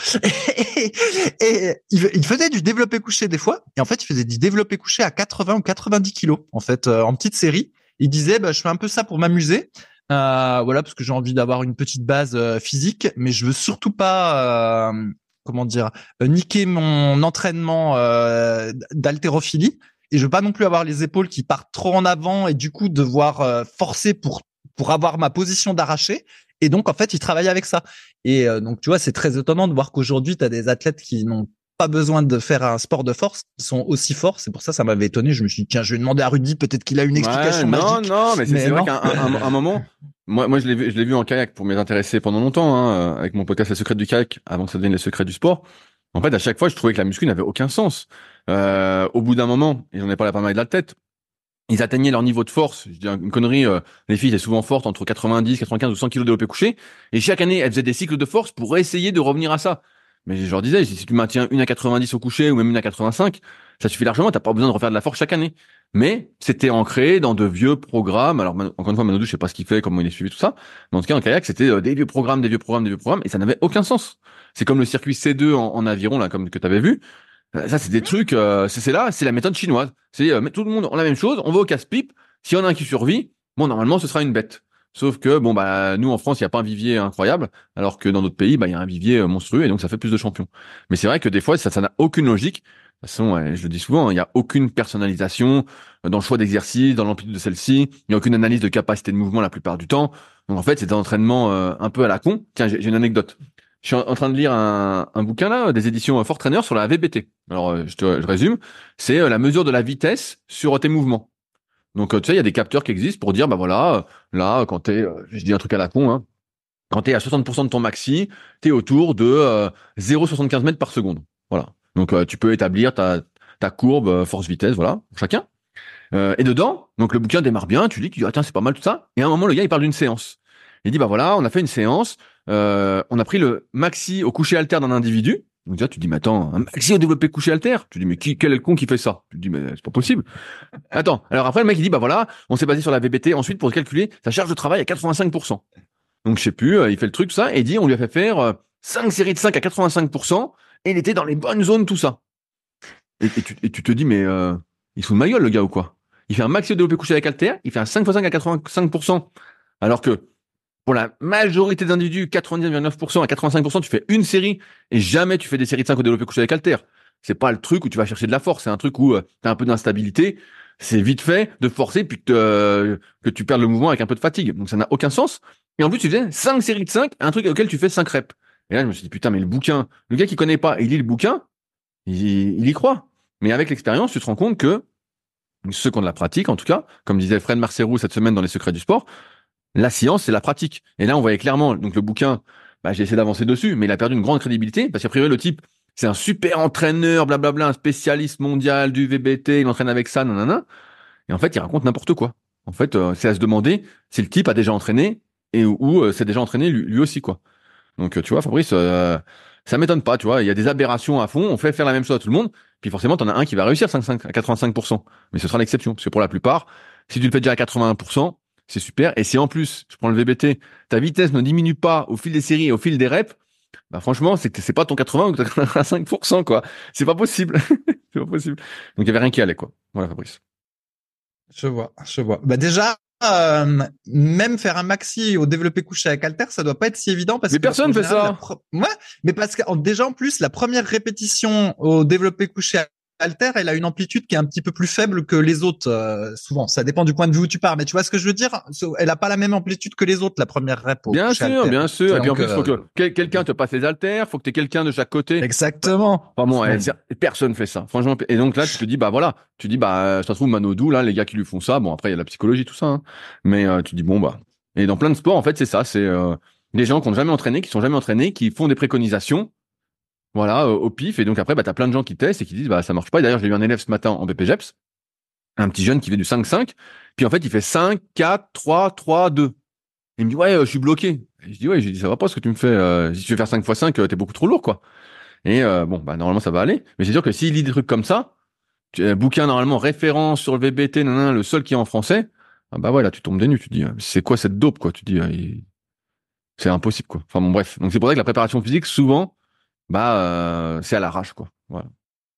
Et il faisait du développé couché des fois. Et en fait, il faisait du développé couché à 80 ou 90 kilos, en fait, en petite série. Il disait, bah, je fais un peu ça pour m'amuser. Voilà, parce que j'ai envie d'avoir une petite base physique, mais je veux surtout pas, comment dire, niquer mon entraînement d'haltérophilie. Et je veux pas non plus avoir les épaules qui partent trop en avant et du coup devoir forcer pour avoir ma position d'arraché. Et donc, en fait, il travaille avec ça. Et donc, tu vois, c'est très étonnant de voir qu'aujourd'hui, tu as des athlètes qui n'ont pas besoin de faire un sport de force, qui sont aussi forts. C'est pour ça, ça m'avait étonné. Je me suis dit, tiens, je vais demander à Rudy, peut-être qu'il a une explication magique. Non, mais c'est vrai non. qu'à un moment, moi, je l'ai vu en kayak pour m'y intéresser pendant longtemps, hein, avec mon podcast Les Secrets du kayak, avant que ça devienne Les Secrets du sport. En fait, à chaque fois, je trouvais que la muscu n'avait aucun sens. Au bout d'un moment, et j'en ai parlé pas mal de la tête, ils atteignaient leur niveau de force. Je dis une connerie, les filles étaient souvent fortes entre 90, 95 ou 100 kilos de développé couché. Et chaque année, elles faisaient des cycles de force pour essayer de revenir à ça. Mais je leur disais, si tu maintiens une à 90 au couché ou même une à 85, ça suffit largement, t'as pas besoin de refaire de la force chaque année. Mais c'était ancré dans de vieux programmes. Alors, encore une fois, Manodou, je sais pas ce qu'il fait, comment il est suivi, tout ça. Mais en tout cas, en kayak, c'était des vieux programmes, et ça n'avait aucun sens. C'est comme le circuit C2 en aviron, là, comme que t'avais vu. Ça, c'est des trucs, c'est là, c'est la méthode chinoise. C'est tout le monde, on a la même chose, on va au casse-pipe. S'il y en a un qui survit, bon, normalement, ce sera une bête. Sauf que, bon, bah, nous, en France, il n'y a pas un vivier incroyable, alors que dans d'autres pays, bah, il y a un vivier monstrueux, et donc ça fait plus de champions. Mais c'est vrai que des fois, ça n'a aucune logique. De toute façon, je le dis souvent, il n'y a aucune personnalisation dans le choix d'exercice, dans l'amplitude de celle-ci. Il n'y a aucune analyse de capacité de mouvement la plupart du temps. Donc, en fait, c'est un entraînement un peu à la con. Tiens, j'ai une anecdote. Je suis en train de lire un bouquin là, des éditions Fort Trainer sur la VBT. Alors, je résume, c'est la mesure de la vitesse sur tes mouvements. Donc, tu sais, il y a des capteurs qui existent pour dire, bah voilà, là, quand je dis un truc à la con, hein, quand t'es à 60% de ton maxi, t'es autour de 0,75 mètres par seconde. Voilà. Donc, tu peux établir ta courbe force-vitesse, voilà, pour chacun. Et dedans, donc le bouquin démarre bien, tu dis, ah tiens, c'est pas mal tout ça. Et à un moment, le gars, il parle d'une séance. Il dit, bah voilà, on a fait une séance, on a pris le maxi au coucher haltère d'un individu. Donc déjà, tu dis, mais attends, un maxi au développé couché haltère? Tu dis, mais quel est le con qui fait ça? Tu dis, mais c'est pas possible. Attends. Alors après, le mec, il dit, bah voilà, on s'est basé sur la VBT ensuite pour calculer sa charge de travail à 85%. Donc je sais plus, il fait le truc, tout ça, et il dit, on lui a fait faire 5 séries de 5 à 85%, et il était dans les bonnes zones, tout ça. Et tu te dis, mais il se fout de ma gueule, le gars, ou quoi? Il fait un maxi au développé couché avec haltère, il fait un 5 x 5 à 85%. Alors que pour la majorité d'individus, 99% à 85%, tu fais une série et jamais tu fais des séries de 5 au développé couché avec haltère. C'est pas le truc où tu vas chercher de la force, c'est un truc où tu as un peu d'instabilité, c'est vite fait de forcer puis que tu perds le mouvement avec un peu de fatigue. Donc ça n'a aucun sens. Et en plus, tu faisais 5 séries de 5, un truc auquel tu fais 5 reps. Et là, je me suis dit, putain, mais le bouquin, le gars qui connaît pas et il lit le bouquin, il y croit. Mais avec l'expérience, tu te rends compte que ceux qui ont de la pratique, en tout cas, comme disait Fred Marcerou cette semaine dans Les Secrets du Sport, la science, c'est la pratique. Et là, on voyait clairement, donc le bouquin, bah, j'ai essayé d'avancer dessus, mais il a perdu une grande crédibilité, parce qu'a priori, le type, c'est un super entraîneur, blablabla, un spécialiste mondial du VBT, il entraîne avec ça, nanana. Et en fait, il raconte n'importe quoi. En fait, c'est à se demander si le type a déjà entraîné, et ou c'est déjà entraîné lui aussi, quoi. Donc, tu vois, Fabrice, ça m'étonne pas, tu vois, il y a des aberrations à fond, on fait faire la même chose à tout le monde, puis forcément, t'en as un qui va réussir 5 à 85%. Mais ce sera l'exception, parce que pour la plupart, si tu le fais déjà à 81%, c'est super. Et si en plus, je prends le VBT, ta vitesse ne diminue pas au fil des séries et au fil des reps, bah franchement, c'est que c'est pas ton 80 ou ton 85%, quoi. C'est pas possible. C'est pas possible. Donc il y avait rien qui allait, quoi. Voilà, Fabrice. Je vois. Bah déjà, même faire un maxi au développé couché avec haltère, ça doit pas être si évident parce mais que personne fait ça. Ouais, mais parce que déjà en plus, la première répétition au développé couché haltère, elle a une amplitude qui est un petit peu plus faible que les autres. Souvent, ça dépend du point de vue où tu pars, mais tu vois ce que je veux dire? Elle a pas la même amplitude que les autres, la première rep au Bien couché sûr, haltère. bien sûr. Et puis en Donc, plus, il faut que quelqu'un te passe les haltères, faut que tu aies quelqu'un de chaque côté. exactement. Enfin bon, personne fait ça. Franchement, et donc là, tu te dis, bah voilà, tu dis, bah, ça se trouve, Manodou, là, les gars qui lui font ça, bon, après, il y a la psychologie, tout ça, hein. Mais tu dis, bon, bah. Et dans plein de sports, en fait, c'est ça, c'est des gens qui ont jamais entraîné, qui sont jamais entraînés, qui font des préconisations, voilà, au pif, et donc après, bah, t'as plein de gens qui testent et qui disent, bah, ça marche pas. Et d'ailleurs, j'ai eu un élève ce matin en BPGEPS, un petit jeune qui fait du 5-5, puis en fait, il fait 5, 4, 3, 3, 2. Il me dit, ouais, je suis bloqué. Et je dis, ouais, j'ai dit, ça va pas ce que tu me fais. Si tu veux faire 5 x 5, t'es beaucoup trop lourd, quoi. Et bon, bah normalement, ça va aller. Mais c'est sûr que s'il lit des trucs comme ça, bouquin normalement référence sur le VBT, le seul qui est en français, ah bah ouais, là, tu tombes des nues. Tu te dis, c'est quoi cette dope, quoi? Tu te dis, c'est impossible, quoi. Enfin bon, bref. Donc c'est pour ça que la préparation physique, souvent, c'est à l'arrache, quoi. Voilà.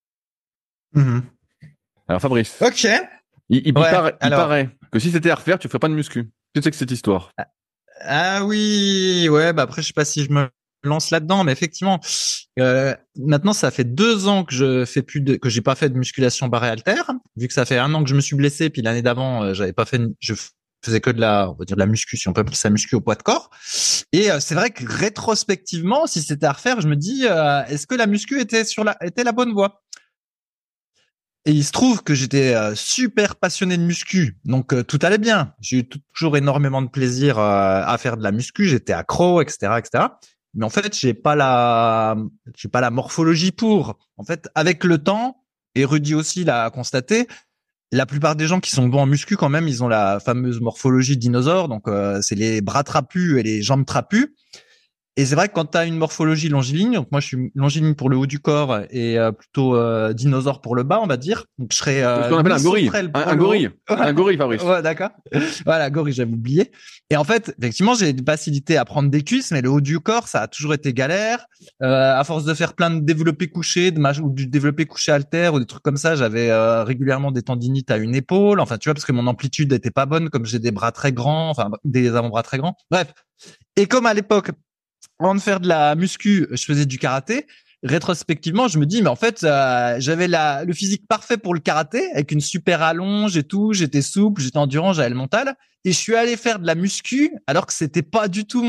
Mhm. Alors Fabrice, Ok. Ouais. il Alors. paraît que si c'était à refaire, tu ferais pas de muscu. Qu'est-ce que c'est que cette histoire? Ah oui, ouais, bah après je sais pas si je me lance là-dedans, mais effectivement, maintenant ça fait 2 ans que je fais que j'ai pas fait de musculation barre et haltère, vu que ça fait 1 an que je me suis blessé, puis l'année d'avant j'avais pas fait, je faisais que on va dire de la muscu, si on peut appeler ça muscu au poids de corps. Et c'est vrai que rétrospectivement, si c'était à refaire, je me dis, est-ce que la muscu était la bonne voie? Et il se trouve que j'étais super passionné de muscu, donc tout allait bien. J'ai eu toujours énormément de plaisir à faire de la muscu. J'étais accro, etc., etc. Mais en fait, j'ai pas la morphologie pour. En fait, avec le temps, et Rudy aussi l'a constaté, la plupart des gens qui sont bons en muscu, quand même, ils ont la fameuse morphologie dinosaure. Donc, c'est les bras trapus et les jambes trapues. Et c'est vrai que quand tu as une morphologie longiligne, donc moi je suis longiligne pour le haut du corps et plutôt dinosaure pour le bas, on va dire. Donc je serais C'est ce qu'on appelle ni un gorille. sauterelle pour Un le haut. gorille. Un gorille, Fabrice. Ouais, d'accord. Voilà, gorille, j'avais oublié. Et en fait, effectivement, j'ai une facilité à prendre des cuisses, mais le haut du corps, ça a toujours été galère. À force de faire plein de développés couchés, ou du développé couché haltère ou des trucs comme ça, j'avais régulièrement des tendinites à une épaule. Enfin, tu vois, parce que mon amplitude était pas bonne, comme j'ai des bras très grands, enfin des avant-bras très grands. Bref. Et comme à l'époque, avant de faire de la muscu, je faisais du karaté. Rétrospectivement, je me dis, mais en fait, j'avais le physique parfait pour le karaté, avec une super allonge et tout. J'étais souple, j'étais endurant, j'avais le mental. Et je suis allé faire de la muscu, alors que c'était pas du tout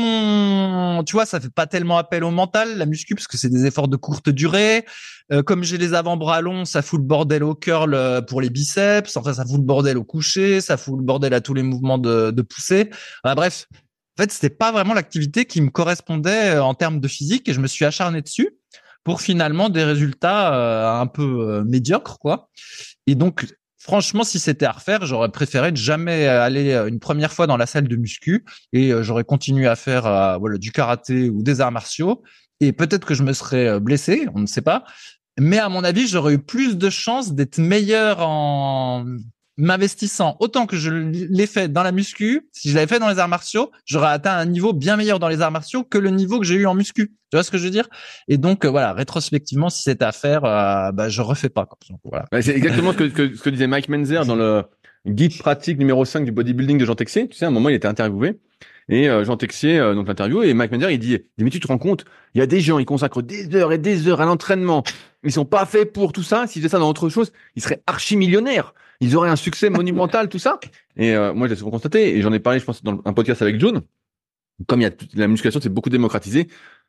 tu vois, ça fait pas tellement appel au mental, la muscu, parce que c'est des efforts de courte durée. Comme j'ai les avant-bras longs, ça fout le bordel au curl pour les biceps. Enfin, ça fout le bordel au coucher, ça fout le bordel à tous les mouvements de poussée. Bref, en fait, c'était pas vraiment l'activité qui me correspondait en termes de physique et je me suis acharné dessus pour finalement des résultats un peu médiocres, quoi. Et donc, franchement, si c'était à refaire, j'aurais préféré ne jamais aller une première fois dans la salle de muscu et j'aurais continué à faire voilà, du karaté ou des arts martiaux. Et peut-être que je me serais blessé, on ne sait pas. Mais à mon avis, j'aurais eu plus de chances d'être meilleur en m'investissant autant que je l'ai fait dans la muscu. Si je l'avais fait dans les arts martiaux, j'aurais atteint un niveau bien meilleur dans les arts martiaux que le niveau que j'ai eu en muscu. Tu vois ce que je veux dire? Et donc, voilà, rétrospectivement, si c'était à faire, je refais pas. Donc, voilà. Ouais, c'est exactement ce que disait Mike Menzer dans le guide pratique numéro 5 du bodybuilding de Jean Texier. Tu sais, à un moment, il était interviewé. Et Jean Texier, donc l'interview, et Mike Menzer, il dit, mais tu te rends compte, il y a des gens, ils consacrent des heures et des heures à l'entraînement. Ils sont pas faits pour tout ça. S'ils faisaient ça dans autre chose, ils seraient archi-millionnaires. Ils auraient un succès monumental, tout ça. Et moi, je l'ai souvent constaté, et j'en ai parlé, je pense, dans un podcast avec John. Comme la musculation, c'est beaucoup démocratisé.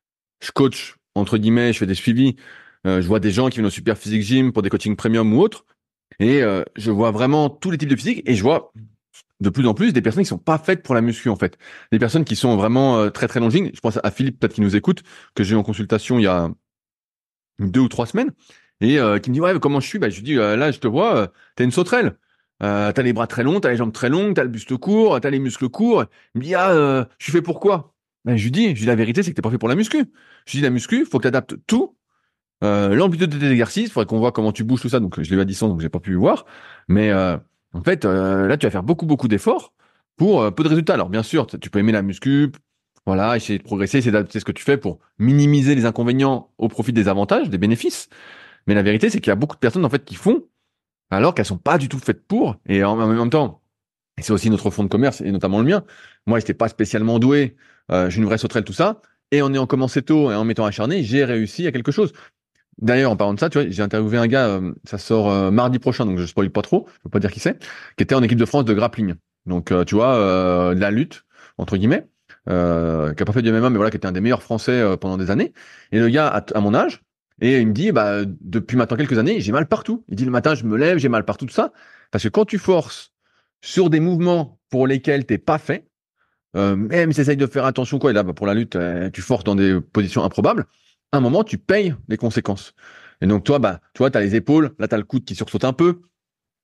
Je coach, entre guillemets, je fais des suivis. Je vois des gens qui viennent au Super Physique Gym pour des coachings premium ou autres. Et je vois vraiment tous les types de physique. Et je vois de plus en plus des personnes qui sont pas faites pour la muscu, en fait. Des personnes qui sont vraiment très, très longines. Je pense à Philippe, peut-être qui nous écoute, que j'ai eu en consultation il y a 2 ou 3 semaines. Et qui me dit, ouais, mais comment je suis? Je lui dis, là, je te vois, t'as une sauterelle. T'as les bras très longs, t'as les jambes très longues, t'as le buste court, t'as les muscles courts. Il me dit, je suis fait pour quoi? Je lui dis, la vérité, c'est que t'es pas fait pour la muscu. Je lui dis, la muscu, faut que t'adaptes tout. L'amplitude de tes exercices, faudrait qu'on voit comment tu bouges tout ça. Donc, je l'ai eu à distance, donc j'ai pas pu voir. Mais en fait, là, tu vas faire beaucoup, beaucoup d'efforts pour peu de résultats. Alors, bien sûr, tu peux aimer la muscu, voilà, essayer de progresser, essayer d'adapter ce que tu fais pour minimiser les inconvénients au profit des avantages, des bénéfices. Mais la vérité, c'est qu'il y a beaucoup de personnes en fait qui font alors qu'elles sont pas du tout faites pour. Et en même temps, et c'est aussi notre fonds de commerce et notamment le mien. Moi, j'étais pas spécialement doué. J'ai une vraie sauterelle, tout ça. Et en ayant commencé tôt et en m'étant acharné, j'ai réussi à quelque chose. D'ailleurs, en parlant de ça, tu vois, j'ai interviewé un gars, ça sort mardi prochain, donc je spoil pas trop, je peux pas dire qui c'est, qui était en équipe de France de grappling. Donc, tu vois, de la lutte, entre guillemets, qui a pas fait du MMA, mais voilà, qui était un des meilleurs Français pendant des années. Et le gars, à mon âge, et il me dit, depuis maintenant quelques années, j'ai mal partout. Il dit, le matin, je me lève, j'ai mal partout, tout ça. Parce que quand tu forces sur des mouvements pour lesquels t'es pas fait, même si tu essayes de faire attention, quoi, et là, pour la lutte, tu forces dans des positions improbables, à un moment, tu payes les conséquences. Et donc, toi, tu vois, t'as les épaules, là, t'as le coude qui sursaute un peu,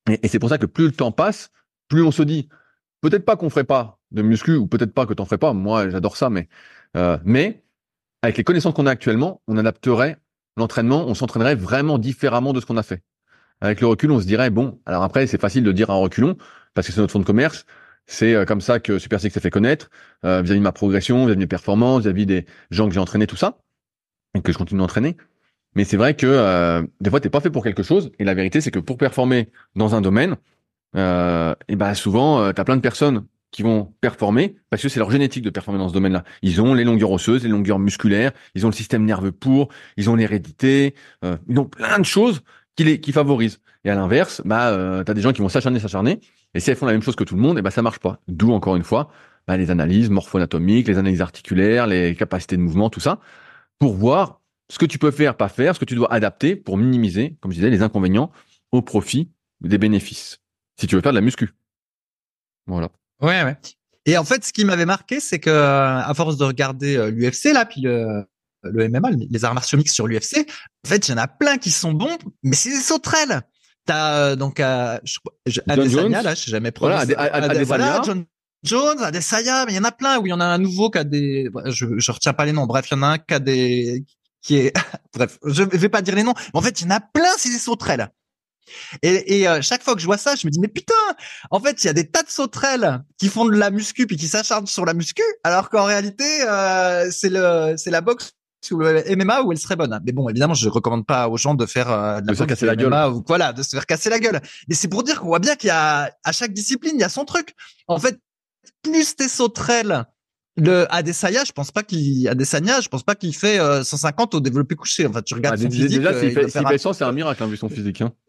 Et c'est pour ça que plus le temps passe, plus on se dit, peut-être pas qu'on ferait pas de muscu, ou peut-être pas que t'en ferais pas. Moi, j'adore ça, mais avec les connaissances qu'on a actuellement, on adapterait l'entraînement, on s'entraînerait vraiment différemment de ce qu'on a fait. Avec le recul, on se dirait, bon, alors après, c'est facile de dire un reculon, parce que c'est notre fonds de commerce. C'est comme ça que Super Six s'est fait connaître, vis-à-vis de ma progression, vis-à-vis de mes performances, vis-à-vis des gens que j'ai entraînés, tout ça, et que je continue d'entraîner. Mais c'est vrai que des fois, t'es pas fait pour quelque chose, et la vérité, c'est que pour performer dans un domaine, et ben souvent, t'as plein de personnes qui vont performer parce que c'est leur génétique de performer dans ce domaine-là. Ils ont les longueurs osseuses, les longueurs musculaires, ils ont le système nerveux pour, ils ont l'hérédité, ils ont plein de choses qui favorisent. Et à l'inverse, t'as des gens qui vont s'acharner, et si elles font la même chose que tout le monde, et ben ça marche pas. D'où encore une fois, les analyses morpho-anatomiques, les analyses articulaires, les capacités de mouvement, tout ça, pour voir ce que tu peux faire, pas faire, ce que tu dois adapter pour minimiser, comme je disais, les inconvénients au profit des bénéfices. Si tu veux faire de la muscu. Voilà. Ouais, ouais. Et en fait, ce qui m'avait marqué, c'est que à force de regarder l'UFC là, puis le MMA, les arts martiaux mixtes sur l'UFC, en fait, il y en a plein qui sont bons, mais c'est des sauterelles. T'as Adesanya, là, je sais jamais prononcer. Voilà, John Jones, Adesanya, mais il y en a plein où il y en a un nouveau qui a des, je retiens pas les noms. Bref, il y en a un qui est, bref, je vais pas dire les noms. Mais en fait, il y en a plein, c'est des sauterelles. Et chaque fois que je vois ça, je me dis mais putain, en fait, il y a des tas de sauterelles qui font de la muscu puis qui s'acharnent sur la muscu, alors qu'en réalité, c'est la boxe ou le MMA où elle serait bonne. Mais bon, évidemment, je recommande pas aux gens de faire de la boxe casser la MMA gueule. ou voilà, de se faire casser la gueule. Mais c'est pour dire qu'on voit bien qu'il y a à chaque discipline, il y a son truc. En fait, plus t'es sauterelle. Le Adesanya, je pense pas qu'il fait 150 au développé couché. Enfin, tu regardes son physique. Déjà, s'il fait 100, c'est un miracle, hein, vu son physique. Hein.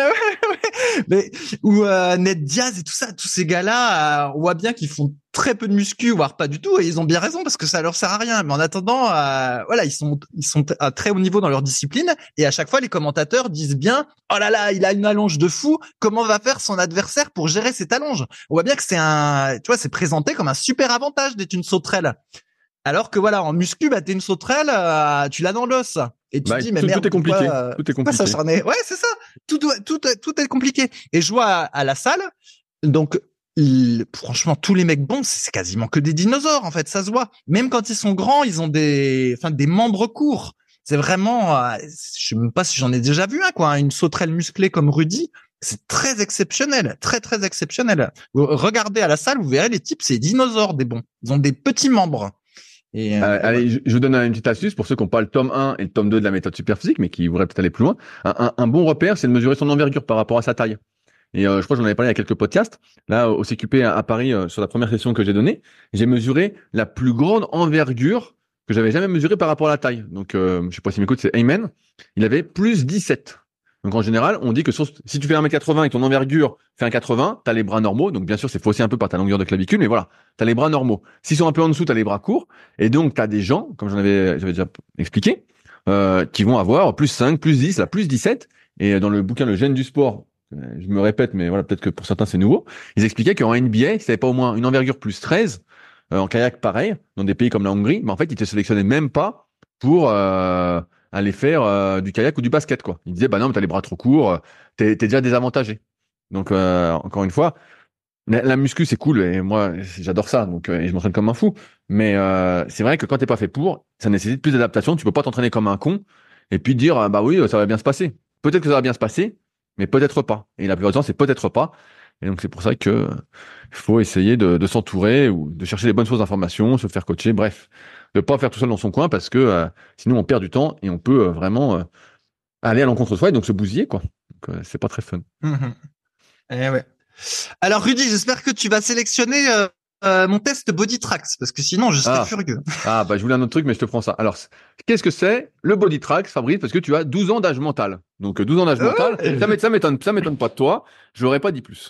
Mais ou Ned Diaz et tout ça, tous ces gars-là, on voit bien qu'ils font très peu de muscu, voire pas du tout, et ils ont bien raison parce que ça leur sert à rien. Mais en attendant, voilà, ils sont à très haut niveau dans leur discipline, et à chaque fois les commentateurs disent bien, oh là là, il a une allonge de fou. Comment va faire son adversaire pour gérer cette allonge? On voit bien que c'est présenté comme un super avantage d'être une sauterelle. Alors que voilà, en muscu, t'es une sauterelle, tu l'as dans l'os. Et tu te dis, mais merde, tout est compliqué. Tout est compliqué. Ouais, c'est ça. Tout est compliqué. Et je vois à la salle, donc, franchement, tous les mecs bons, c'est quasiment que des dinosaures, en fait, ça se voit. Même quand ils sont grands, ils ont des membres courts. C'est vraiment, je sais même pas si j'en ai déjà vu un, quoi, une sauterelle musclée comme Rudy. C'est très exceptionnel, très, très exceptionnel. Regardez à la salle, vous verrez les types, c'est des dinosaures, des bons. Ils ont des petits membres. Allez, je vous donne une petite astuce pour ceux qui n'ont pas le tome 1 et le tome 2 de la méthode Superphysique, mais qui voudraient peut-être aller plus loin. Un bon repère, c'est de mesurer son envergure par rapport à sa taille. Et je crois que j'en avais parlé il y a quelques podcasts. Là, au CQP à Paris, sur la première session que j'ai donnée, j'ai mesuré la plus grande envergure que j'avais jamais mesurée par rapport à la taille. Donc, je sais pas si m'écoute, c'est Ayman. Il avait plus 17. Donc en général, on dit que si tu fais 1m80 et ton envergure fait 1m80, t'as les bras normaux. Donc bien sûr, c'est faussé un peu par ta longueur de clavicule, mais voilà, t'as les bras normaux. S'ils sont un peu en dessous, t'as les bras courts. Et donc t'as des gens, comme j'avais déjà expliqué, qui vont avoir plus 5, plus 10, là, plus 17. Et dans le bouquin Le Gène du sport, je me répète, mais voilà, peut-être que pour certains c'est nouveau, ils expliquaient qu'en NBA, si t'avais pas au moins une envergure plus 13, en kayak pareil, dans des pays comme la Hongrie, mais en fait, ils te sélectionnaient même pas pour aller faire du kayak ou du basket, quoi. Il disait, bah non, mais t'as les bras trop courts, t'es déjà désavantagé. Donc, encore une fois, la muscu, c'est cool, et moi, j'adore ça, donc et je m'entraîne comme un fou. Mais c'est vrai que quand t'es pas fait pour, ça nécessite plus d'adaptation. Tu peux pas t'entraîner comme un con et puis dire, bah oui, ça va bien se passer. Peut-être que ça va bien se passer, mais peut-être pas. Et la plupart du temps, c'est peut-être pas. Et donc, c'est pour ça que faut essayer de s'entourer ou de chercher les bonnes sources d'informations, se faire coacher, bref. De pas faire tout seul dans son coin parce que sinon on perd du temps et on peut vraiment aller à l'encontre de soi et donc se bousiller, quoi. Donc c'est pas très fun. Eh ouais. Alors Rudy, j'espère que tu vas sélectionner mon test Body Tracks parce que sinon je serais furieux. Bah je voulais un autre truc mais je te prends ça. Alors qu'est-ce que c'est le Body Tracks, Fabrice? Parce que tu as 12 ans d'âge mental. Donc 12 ans d'âge mental, ça m'étonne pas de toi. Je l'aurais pas dit plus.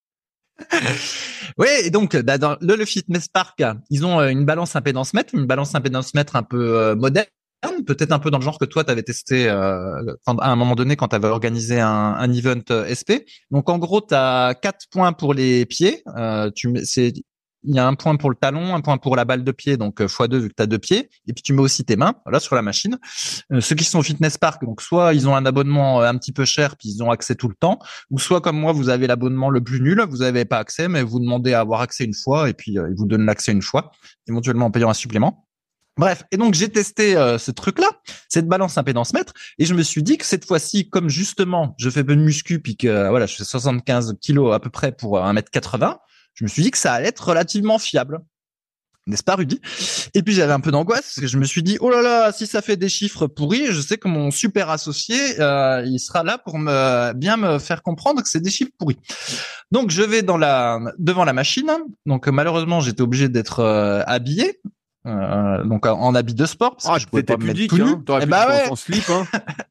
Oui, et donc dans le Fitness Park, ils ont une balance impédance mètre un peu moderne, peut-être un peu dans le genre que toi t'avais testé à un moment donné quand tu avais organisé un event SP. Donc en gros, tu as 4 points pour les pieds, il y a un point pour le talon, un point pour la balle de pied, donc x2 vu que tu as deux pieds, et puis tu mets aussi tes mains, voilà, sur la machine. Ceux qui sont au Fitness Park, donc soit ils ont un abonnement un petit peu cher, puis ils ont accès tout le temps, ou soit comme moi, vous avez l'abonnement le plus nul, vous n'avez pas accès, mais vous demandez à avoir accès une fois, et puis ils vous donnent l'accès une fois, éventuellement en payant un supplément. Bref, et donc j'ai testé ce truc-là, cette balance impédance mètre, et je me suis dit que cette fois-ci, comme justement je fais peu de muscu, puis que voilà, je fais 75 kilos à peu près pour 1m80, je me suis dit que ça allait être relativement fiable. N'est-ce pas, Rudy? Et puis j'avais un peu d'angoisse parce que je me suis dit, oh là là, si ça fait des chiffres pourris, je sais que mon super associé, il sera là pour bien me faire comprendre que c'est des chiffres pourris. Donc je vais devant la machine. Donc malheureusement, j'étais obligé d'être habillé. Donc en habit de sport parce que je pouvais pas me mettre tout nu. T'aurais pu en slip, hein.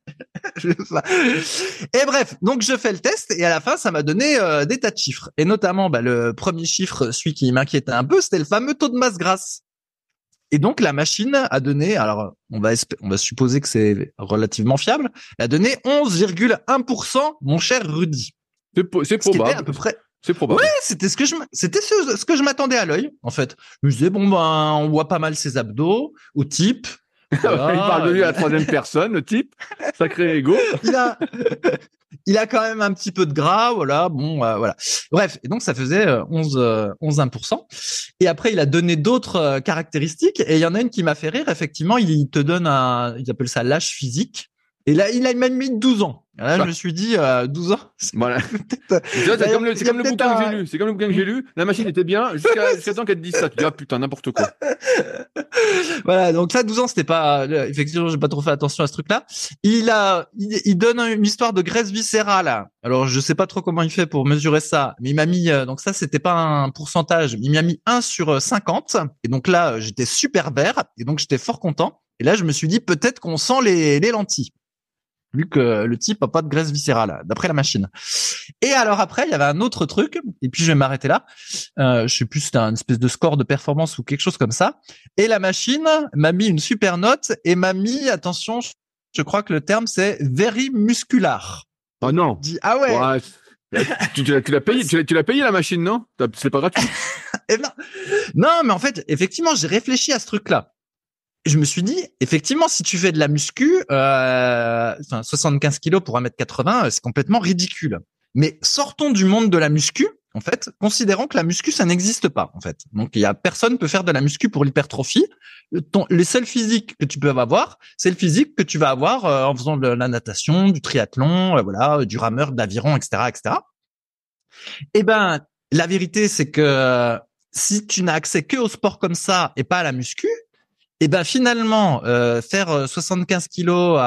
Et bref, donc je fais le test et à la fin ça m'a donné des tas de chiffres et notamment le premier chiffre, celui qui m'inquiétait un peu, c'était le fameux taux de masse grasse. Et donc la machine a donné, alors on va supposer que c'est relativement fiable, elle a donné 11,1%, mon cher Rudy. C'est probable. À peu près. C'est probable. Ouais, c'était ce que je m'attendais à l'œil, en fait. Je me disais, bon, ben, on voit pas mal ses abdos, au type. Voilà. Il parle de lui à la troisième personne, le type. Sacré égo. Il a quand même un petit peu de gras, voilà. Bon, voilà. Bref. Et donc, ça faisait 11,1%. Et après, il a donné d'autres caractéristiques. Et il y en a une qui m'a fait rire. Effectivement, il te donne ils appellent ça l'âge physique. Et là, il a même mis 12 ans. Là, je me suis dit, 12 ans. Voilà. C'est comme le bouquin que j'ai lu. C'est comme le bouquin que j'ai lu. La machine était bien jusqu'à temps qu'elle te dise ça. Tu dis, ah putain, n'importe quoi. Voilà. Donc là, 12 ans, c'était pas, effectivement, j'ai pas trop fait attention à ce truc-là. Il donne une histoire de graisse viscérale. Alors, je sais pas trop comment il fait pour mesurer ça, mais il m'a mis, donc ça, c'était pas un pourcentage. Il m'a mis 1 sur 50. Et donc là, j'étais super vert. Et donc, j'étais fort content. Et là, je me suis dit, peut-être qu'on sent les lentilles. Vu que le type a pas de graisse viscérale, d'après la machine. Et alors après, il y avait un autre truc, et puis je vais m'arrêter là. Je sais plus, c'était un espèce de score de performance ou quelque chose comme ça. Et la machine m'a mis une super note et m'a mis, attention, je crois que le terme c'est very muscular. Oh non. Dit, ah ouais. Tu l'as payé, tu l'as payé la machine, non? C'est pas gratuit. Et non, mais en fait, effectivement, j'ai réfléchi à ce truc-là. Je me suis dit, effectivement, si tu fais de la muscu, 75 kilos pour 1m80, c'est complètement ridicule. Mais sortons du monde de la muscu, en fait, considérons que la muscu, ça n'existe pas, en fait. Donc, personne peut faire de la muscu pour l'hypertrophie. Les seuls physiques que tu peux avoir, c'est le physique que tu vas avoir en faisant de la natation, du triathlon, voilà, du rameur, de l'aviron, etc., etc. Eh ben, la vérité, c'est que si tu n'as accès que au sport comme ça et pas à la muscu, et ben finalement faire 75 kilos,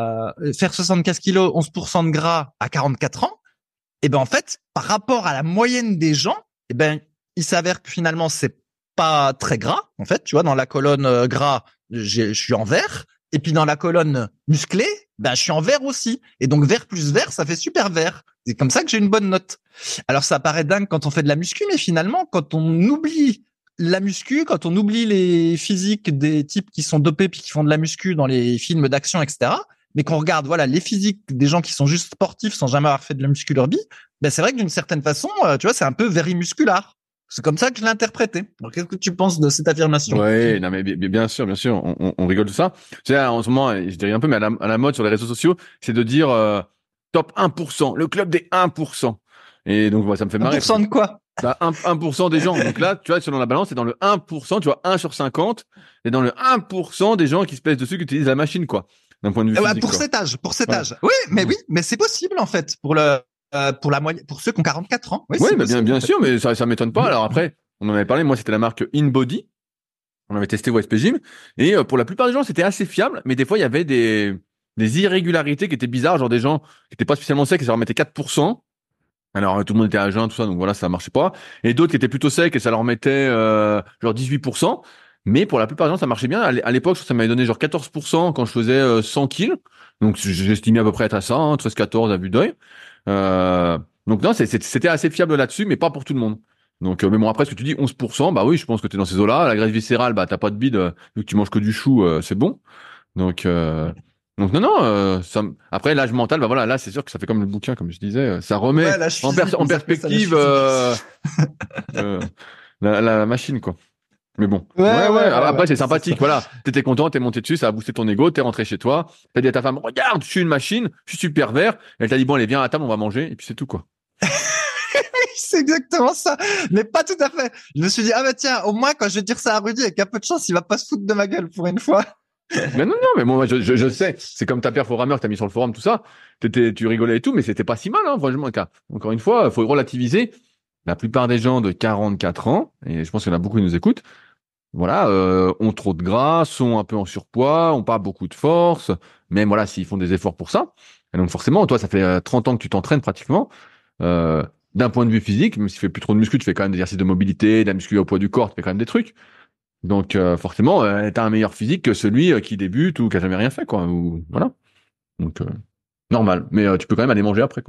11% de gras à 44 ans, et ben en fait par rapport à la moyenne des gens, et ben il s'avère que finalement c'est pas très gras en fait, tu vois, dans la colonne gras, je suis en vert, et puis dans la colonne musclée, ben je suis en vert aussi, et donc vert plus vert, ça fait super vert. C'est comme ça que j'ai une bonne note. Alors ça paraît dingue quand on fait de la muscu, mais finalement quand on oublie la muscu, quand on oublie les physiques des types qui sont dopés puis qui font de la muscu dans les films d'action, etc., mais qu'on regarde, voilà, les physiques des gens qui sont juste sportifs sans jamais avoir fait de la muscu leur vie, ben c'est vrai que d'une certaine façon, tu vois, c'est un peu verimuscular. C'est comme ça que je l'ai interprété. Alors, qu'est-ce que tu penses de cette affirmation? Ouais, non mais bien sûr, on rigole de ça. Tu sais, en ce moment, je dirais un peu, mais à la mode sur les réseaux sociaux, c'est de dire top 1%, le club des 1%. Et donc, ça me fait marrer. 1% de quoi? 1% des gens. Donc là, tu vois, selon la balance, c'est dans le 1%, tu vois, 1 sur 50, et dans le 1% des gens qui se pèsent dessus, qui utilisent la machine, quoi. D'un point de vue physique. Pour cet âge. Oui, mais c'est possible, en fait, pour la moyenne, pour ceux qui ont 44 ans. Oui, bien sûr, mais ça m'étonne pas. Alors après, on en avait parlé, moi, c'était la marque InBody. On avait testé White Gym. Et pour la plupart des gens, c'était assez fiable, mais des fois, il y avait des irrégularités qui étaient bizarres, genre des gens qui étaient pas spécialement secs et ça leur mettait 4%. Alors tout le monde était à jeun, tout ça, donc voilà, ça marchait pas. Et d'autres qui étaient plutôt secs et ça leur mettait genre 18%. Mais pour la plupart des gens, ça marchait bien. À l'époque, ça m'avait donné genre 14% quand je faisais 100 kilos. Donc j'estimais à peu près être à ça, 13-14 à vue d'œil. Donc non, c'était assez fiable là-dessus, mais pas pour tout le monde. Donc mais bon, après ce que tu dis 11%, bah oui, je pense que t'es dans ces eaux-là. La graisse viscérale, bah t'as pas de bide, vu que tu manges que du chou, c'est bon. Donc non, après l'âge mental, bah voilà, là c'est sûr que ça fait comme le bouquin, comme je disais, ça remet en perspective. la machine, quoi. Mais bon. Ouais, Après, c'est c'est sympathique. ça. Voilà. T'étais content, t'es monté dessus, ça a boosté ton ego, t'es rentré chez toi. T'as dit à ta femme, regarde, je suis une machine, je suis super vert. Elle t'a dit, bon, allez, viens à table, on va manger. Et puis c'est tout, quoi. C'est exactement ça. Mais pas tout à fait. Je me suis dit, ah bah tiens, au moins, quand je vais dire ça à Rudy, avec un peu de chance, il va pas se foutre de ma gueule pour une fois. Mais non, mais moi, je sais. C'est comme ta perforameur que t'as mis sur le forum, tout ça. Tu rigolais et tout, mais c'était pas si mal, hein, franchement. Encore une fois, faut relativiser. La plupart des gens de 44 ans, et je pense qu'il y en a beaucoup qui nous écoutent, voilà, ont trop de gras, sont un peu en surpoids, ont pas beaucoup de force, même voilà, s'ils font des efforts pour ça. Et donc forcément, toi, ça fait 30 ans que tu t'entraînes pratiquement. D'un point de vue physique, même si tu fais plus trop de muscu, tu fais quand même des exercices de mobilité, de la muscu au poids du corps, tu fais quand même des trucs. Donc forcément, t'as un meilleur physique que celui qui débute ou qui a jamais rien fait, quoi. Ou voilà. Donc normal, mais tu peux quand même aller manger après, quoi.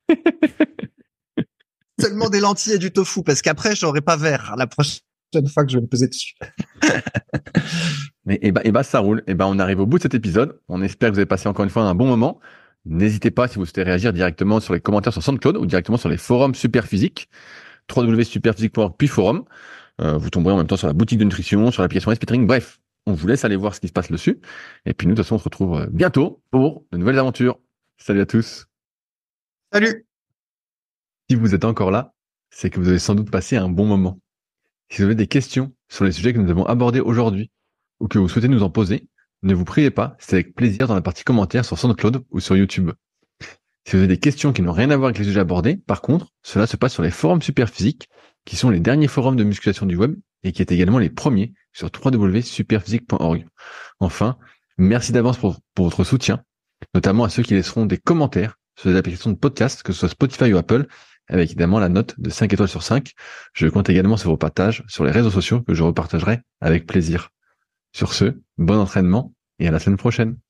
Seulement des lentilles et du tofu, parce qu'après, j'aurai pas vert la prochaine fois que je vais me peser dessus. Mais ça roule. On arrive au bout de cet épisode. On espère que vous avez passé encore une fois un bon moment. N'hésitez pas, si vous souhaitez réagir, directement sur les commentaires sur SoundCloud ou directement sur les forums Superphysique, www.superphysique.org puis forum. Vous tomberez en même temps sur la boutique de nutrition, sur l'application SPTring. Bref, on vous laisse aller voir ce qui se passe dessus. Et puis nous, de toute façon, on se retrouve bientôt pour de nouvelles aventures. Salut à tous. Salut! Si vous êtes encore là, c'est que vous avez sans doute passé un bon moment. Si vous avez des questions sur les sujets que nous avons abordés aujourd'hui ou que vous souhaitez nous en poser, ne vous priez pas, c'est avec plaisir dans la partie commentaires sur SoundCloud ou sur YouTube. Si vous avez des questions qui n'ont rien à voir avec les sujets abordés, par contre, cela se passe sur les forums Superphysique, qui sont les derniers forums de musculation du web et qui est également les premiers sur www.superphysique.org. Enfin, merci d'avance pour votre soutien, notamment à ceux qui laisseront des commentaires sur les applications de podcast, que ce soit Spotify ou Apple, avec évidemment la note de 5 étoiles sur 5. Je compte également sur vos partages sur les réseaux sociaux que je repartagerai avec plaisir. Sur ce, bon entraînement et à la semaine prochaine.